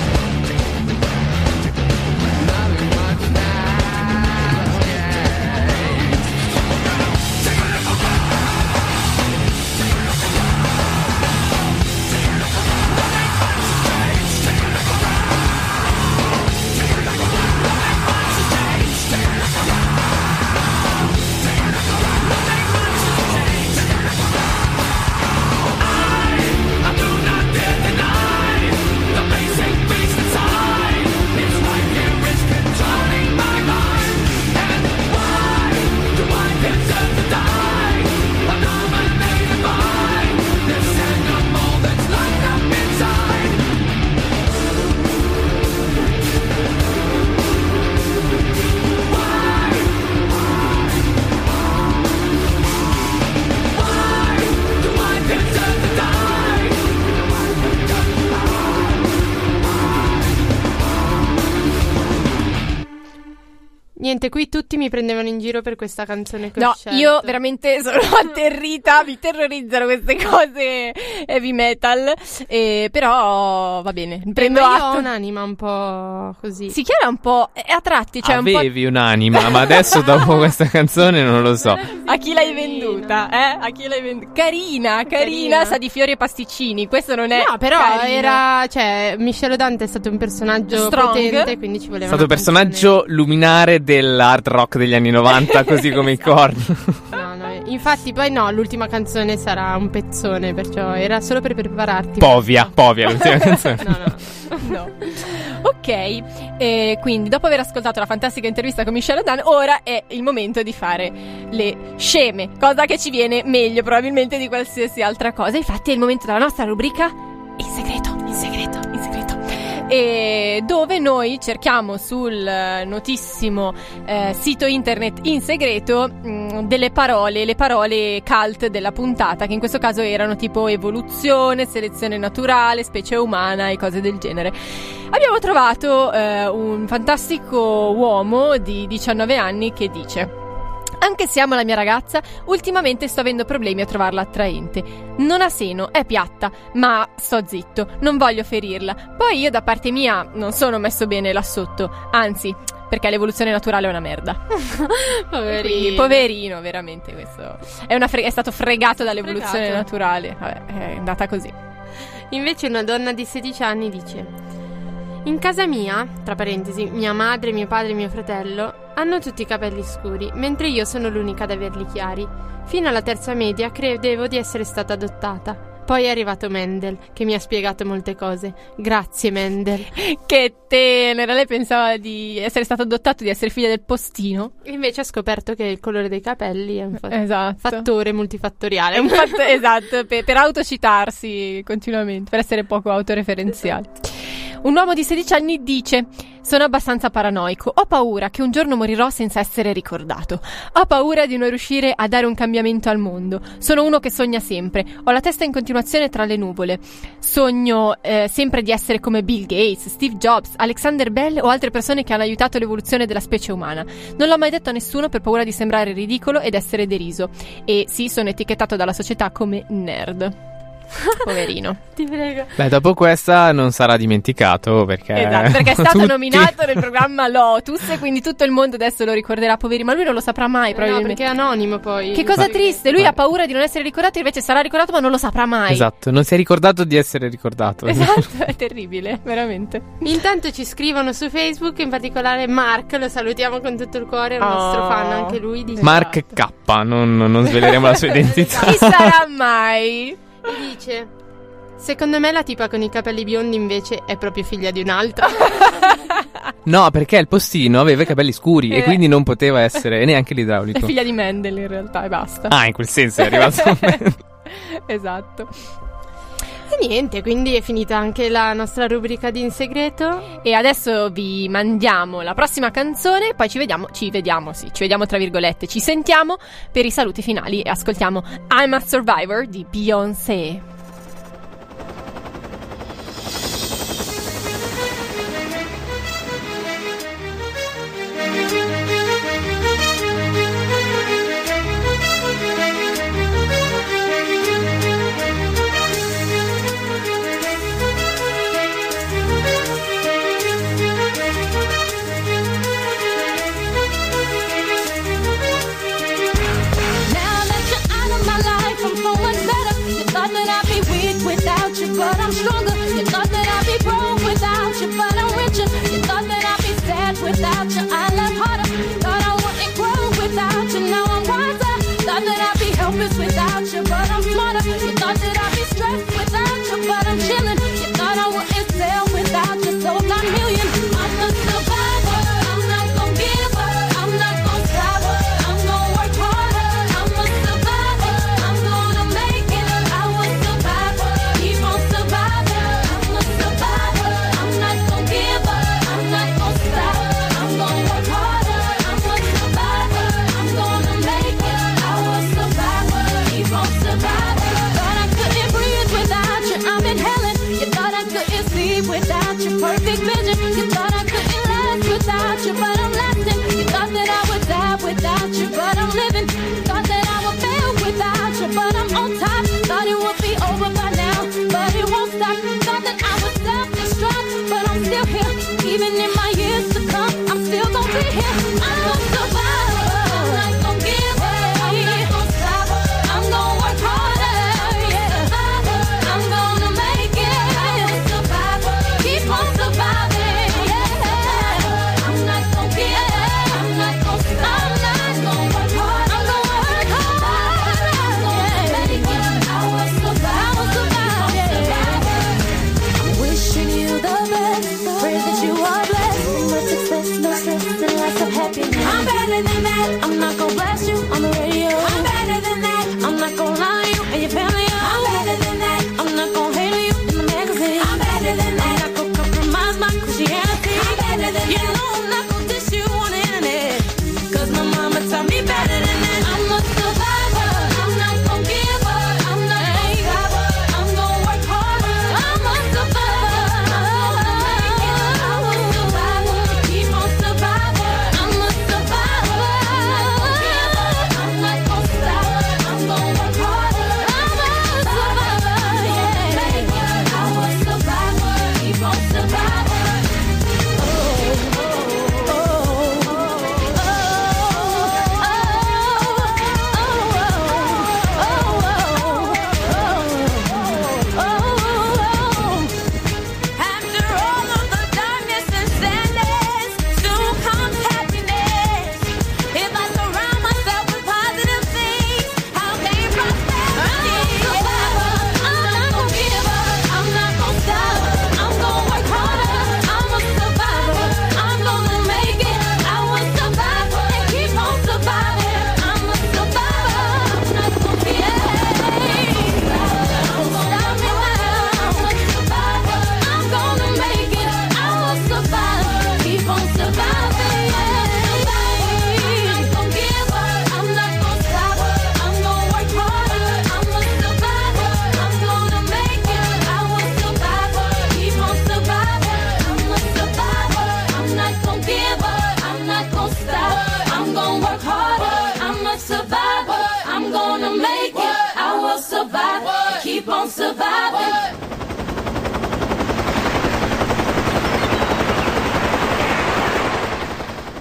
Nothing much has changed. Take a look I do not dare deny the basic beast inside. It's right here, it's controlling my mind. And why do I deserve to die? I'm dominated by this animal that's locked up inside. Why? Why do I deserve to die? Niente, qui tutti mi prendevano in giro per questa canzone che ho No, scelto. io veramente sono atterrita, mi terrorizzano queste cose heavy metal, eh, però va bene, prendo Eh, ma io atto. ho un'anima un po' così. Si chiama un po' è a tratti, cioè un Avevi un'anima, ma adesso dopo questa canzone non lo so. po'. A chi l'hai venduta? Eh? A chi l'hai venduta? Carina, carina, Carina. sa di fiori e pasticcini. Questo non è. No, però carina. era, cioè, Michelle Dante è stato un personaggio Strong. potente, quindi ci voleva È stato una personaggio luminare dell'hard rock degli anni novanta, così come i Korn. No, no, infatti poi no, l'ultima canzone sarà un pezzone, perciò era solo per prepararti. Povia, Povia l'ultima canzone. No, no. No. Ok, eh, quindi dopo aver ascoltato la fantastica intervista con Michelle Odan, ora è il momento di fare le sceme, cosa che ci viene meglio probabilmente di qualsiasi altra cosa. Infatti è il momento della nostra rubrica In segreto, in segreto, in segreto. E dove noi cerchiamo sul notissimo eh, sito internet In Segreto mh, delle parole, le parole cult della puntata, che in questo caso erano tipo evoluzione, selezione naturale, specie umana e cose del genere. Abbiamo trovato eh, un fantastico uomo di diciannove anni che dice: Anche se amo la mia ragazza, ultimamente sto avendo problemi a trovarla attraente. Non ha seno, è piatta, ma sto zitto, non voglio ferirla. Poi io da parte mia non sono messo bene là sotto, anzi, perché l'evoluzione naturale è una merda. Poverino. Quindi, poverino, veramente, questo è, una fre- è stato fregato dall'evoluzione Fregato. naturale. Vabbè, è andata così. Invece una donna di sedici anni dice: in casa mia, tra parentesi, mia madre, mio padre e mio fratello hanno tutti i capelli scuri, mentre io sono l'unica ad averli chiari. Fino alla terza media credevo di essere stata adottata. Poi è arrivato Mendel, che mi ha spiegato molte cose. Grazie Mendel. Che tenera, lei pensava di essere stato adottato, di essere figlia del postino. Invece ha scoperto che il colore dei capelli è un fa- Esatto. fattore multifattoriale. È un fatto, esatto, per, per autocitarsi continuamente, per essere poco autoreferenziali. Un uomo di sedici anni dice: sono abbastanza paranoico, ho paura che un giorno morirò senza essere ricordato. Ho paura di non riuscire a dare un cambiamento al mondo. Sono uno che sogna sempre, ho la testa in continuazione tra le nuvole. Sogno eh, sempre di essere come Bill Gates, Steve Jobs, Alexander Bell o altre persone che hanno aiutato l'evoluzione della specie umana. Non l'ho mai detto a nessuno per paura di sembrare ridicolo ed essere deriso. E sì, sono etichettato dalla società come nerd. Poverino. Ti prego. Beh, dopo questa non sarà dimenticato perché... Esatto, perché è stato tutti- nominato nel programma Lotus e quindi tutto il mondo adesso lo ricorderà, poverino, ma lui non lo saprà mai No, probabilmente. perché è anonimo poi. Che cosa Ma- triste, lui ha paura di non essere ricordato, invece sarà ricordato ma non lo saprà mai. Esatto, non si è ricordato di essere ricordato. Esatto, è terribile, veramente. Intanto ci scrivono su Facebook, in particolare Mark, lo salutiamo con tutto il cuore, è un nostro Oh. fan anche lui. Dice, Mark K, non, non sveleremo la sua identità. Chi sarà mai? dice: secondo me la tipa con i capelli biondi invece è proprio figlia di un'altra. No, perché il postino aveva i capelli scuri Eh. e quindi non poteva essere, e neanche È l'idraulico. figlia di Mendel in realtà e basta. Ah, in quel senso è arrivato un Esatto. E niente, quindi è finita anche la nostra rubrica di In Segreto. E adesso vi mandiamo la prossima canzone, poi ci vediamo, ci vediamo, sì, ci vediamo tra virgolette, ci sentiamo per i saluti finali e ascoltiamo I'm a Survivor di Beyoncé. Now that you're out of my life, I'm feeling better. You thought that I'd be weak without you, but I'm stronger. You thought that I'd be broke without you, but I'm richer. You thought that I'd be sad without you, I love harder. Thought I wouldn't grow without you, now I'm wiser. Thought that I'd be helpless without you, but I'm smarter. You thought that I'd be stressed without you, but I'm chilling. You thought I wouldn't sell without you, so I'm not million. I'm a survivor. I'm not gonna give up. I'm not gonna stop. I'm gonna work harder. I'm a survivor. I'm gonna make it. I will survive. Keep on surviving. I'm a survivor. I'm not gonna give up. I'm not gonna stop. I'm gonna work harder. I'm a survivor. I'm gonna make it. I will survive. Keep on surviving. Thought I couldn't breathe without you. I'm inhaling. You thought I couldn't see without your perfect vision. You thought I couldn't last without you, but I'm lasting. You thought that I would die without you, but I'm living. Thought that I would fail without you, but I'm on top. Thought it would be over by now, but it won't stop. Thought that I would self-destruct, but I'm still here. Even in my years to come, I'm still gonna be here. I'm a survivor. I'm not gonna give up. I'm not gonna stop. I'm gonna work harder. Yeah. I'm gonna make it. I'm a survivor. Keep on surviving. Yeah. I'm not gonna give up. I'm not gonna stop. I'm not gonna work hard. I'm gonna work hard. I'm gonna make it. I will survive. I will survive. Yeah. I'm wishing you the best. Pray that you are blessed. Much success, no stress, and lots of happiness.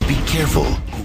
Be careful.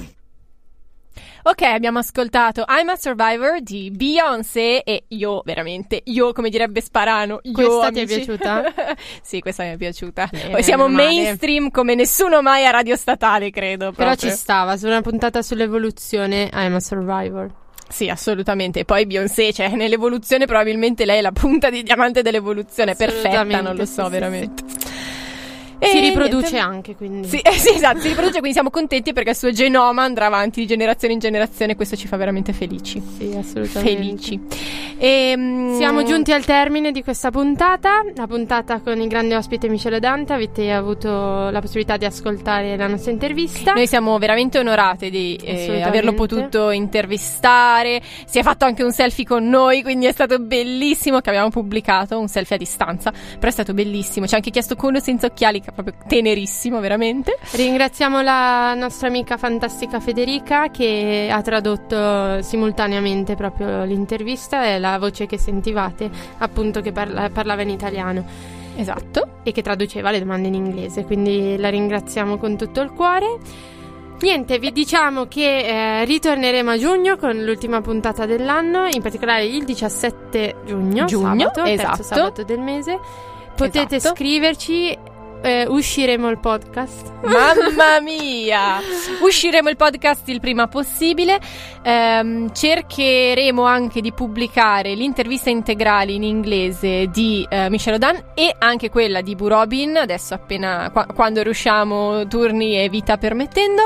Ok, abbiamo ascoltato I'm a Survivor di Beyoncé e io, veramente, io come direbbe Sparano, io, Questa ti è amici. piaciuta? Sì, questa mi è piaciuta. Bene, Siamo meno male. mainstream come nessuno mai a Radio Statale, credo. Però proprio. ci stava, su una puntata sull'evoluzione I'm a Survivor. Sì, assolutamente. E poi Beyoncé, cioè, nell'evoluzione probabilmente lei è la punta di diamante dell'evoluzione, perfetta, non lo so, sì, veramente. sì, sì. E Si riproduce niente. anche, quindi. Sì, eh, sì, esatto, si riproduce, quindi siamo contenti perché il suo genoma andrà avanti di generazione in generazione, questo ci fa veramente felici. Sì, assolutamente. Felici. E, mm, Siamo giunti al termine di questa puntata, la puntata con il grande ospite Michele Dante. Avete avuto la possibilità di ascoltare la nostra intervista. Noi siamo veramente onorate di eh, Assolutamente. averlo potuto intervistare. Si è fatto anche un selfie con noi, quindi è stato bellissimo, che abbiamo pubblicato, un selfie a distanza, però è stato bellissimo. Ci ha anche chiesto con o senza occhiali, che è proprio tenerissimo, veramente. Ringraziamo la nostra amica fantastica Federica, che ha tradotto simultaneamente proprio l'intervista e la voce che sentivate, appunto, che parla- parlava in italiano. Esatto. E che traduceva le domande in inglese, quindi la ringraziamo con tutto il cuore. Niente, vi diciamo che eh, ritorneremo a giugno con l'ultima puntata dell'anno, in particolare il diciassette giugno, Giugno, sabato, il terzo esatto. sabato del mese. Potete Esatto. scriverci, eh, usciremo il podcast. Mamma mia! Usciremo il podcast il prima possibile. Ehm, cercheremo anche di pubblicare l'intervista integrale in inglese di eh, Michel Odan e anche quella di Bu Robin, adesso appena qua- quando riusciamo, turni e vita permettendo.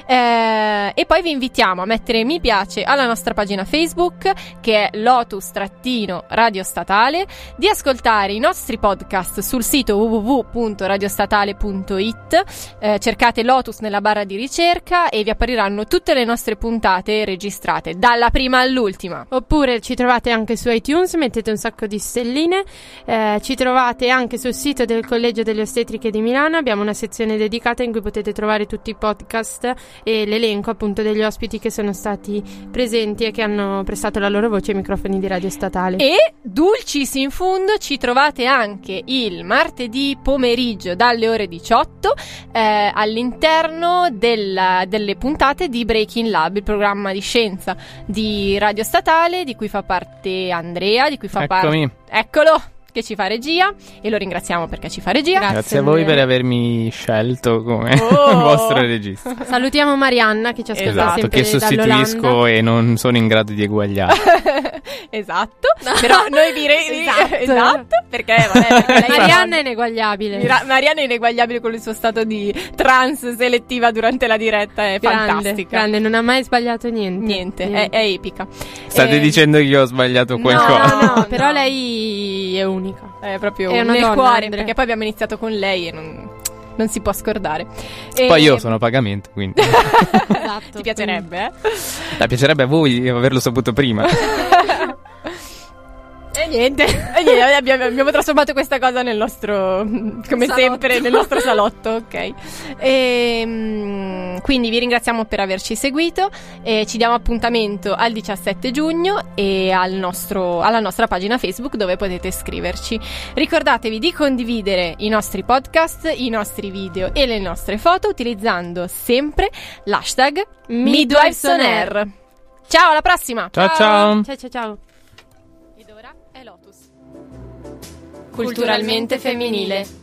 Eh, e poi vi invitiamo a mettere mi piace alla nostra pagina Facebook, che è Lotus-Radio Statale, di ascoltare i nostri podcast sul sito w w w punto radiostatale punto i t. Eh, cercate Lotus nella barra di ricerca e vi appariranno tutte le nostre puntate registrate, dalla prima all'ultima. Oppure ci trovate anche su iTunes, mettete un sacco di stelline. Eh, ci trovate anche sul sito del Collegio delle Ostetriche di Milano, abbiamo una sezione dedicata in cui potete trovare tutti i podcast e l'elenco appunto degli ospiti che sono stati presenti e che hanno prestato la loro voce ai microfoni di Radio Statale. E dulcis in fundo ci trovate anche il martedì pomeriggio dalle ore diciotto eh, all'interno della, delle puntate di Breaking Lab, il programma di scienza di Radio Statale di cui fa parte Andrea, di cui fa Eccomi. parte eccolo che ci fa regia, e lo ringraziamo perché ci fa regia. Grazie, Grazie a voi per avermi scelto come Oh. vostro regista. Salutiamo Marianna che ci ascolta Esatto, sempre che sostituisco dall'Olanda. e non sono in grado di eguagliare. Esatto, però noi vi re- Esatto. esatto, perché, vabbè, perché lei Marianna è ineguagliabile. Mira- Marianna è ineguagliabile con il suo stato di trance selettiva durante la diretta, è Grande, fantastica. grande, non ha mai sbagliato niente. Niente, È, è epica. State Eh, dicendo che io ho sbagliato qualcosa? No, no, però lei è unica. È proprio È una nel donna, cuore, Andrea. perché poi abbiamo iniziato con lei e non, non si può scordare. E- Poi io sono a pagamento, quindi Esatto. Ti piacerebbe, eh? Dai, piacerebbe a voi averlo saputo prima. E niente, e niente abbiamo, abbiamo trasformato questa cosa nel nostro, come Salotto. sempre, nel nostro salotto, ok? E, mm, quindi vi ringraziamo per averci seguito e ci diamo appuntamento al diciassette giugno e al nostro, alla nostra pagina Facebook dove potete scriverci. Ricordatevi di condividere i nostri podcast, i nostri video e le nostre foto utilizzando sempre l'hashtag Midwives on Air. Ciao, alla prossima! Ciao, ciao. Ciao ciao ciao. Culturalmente femminile.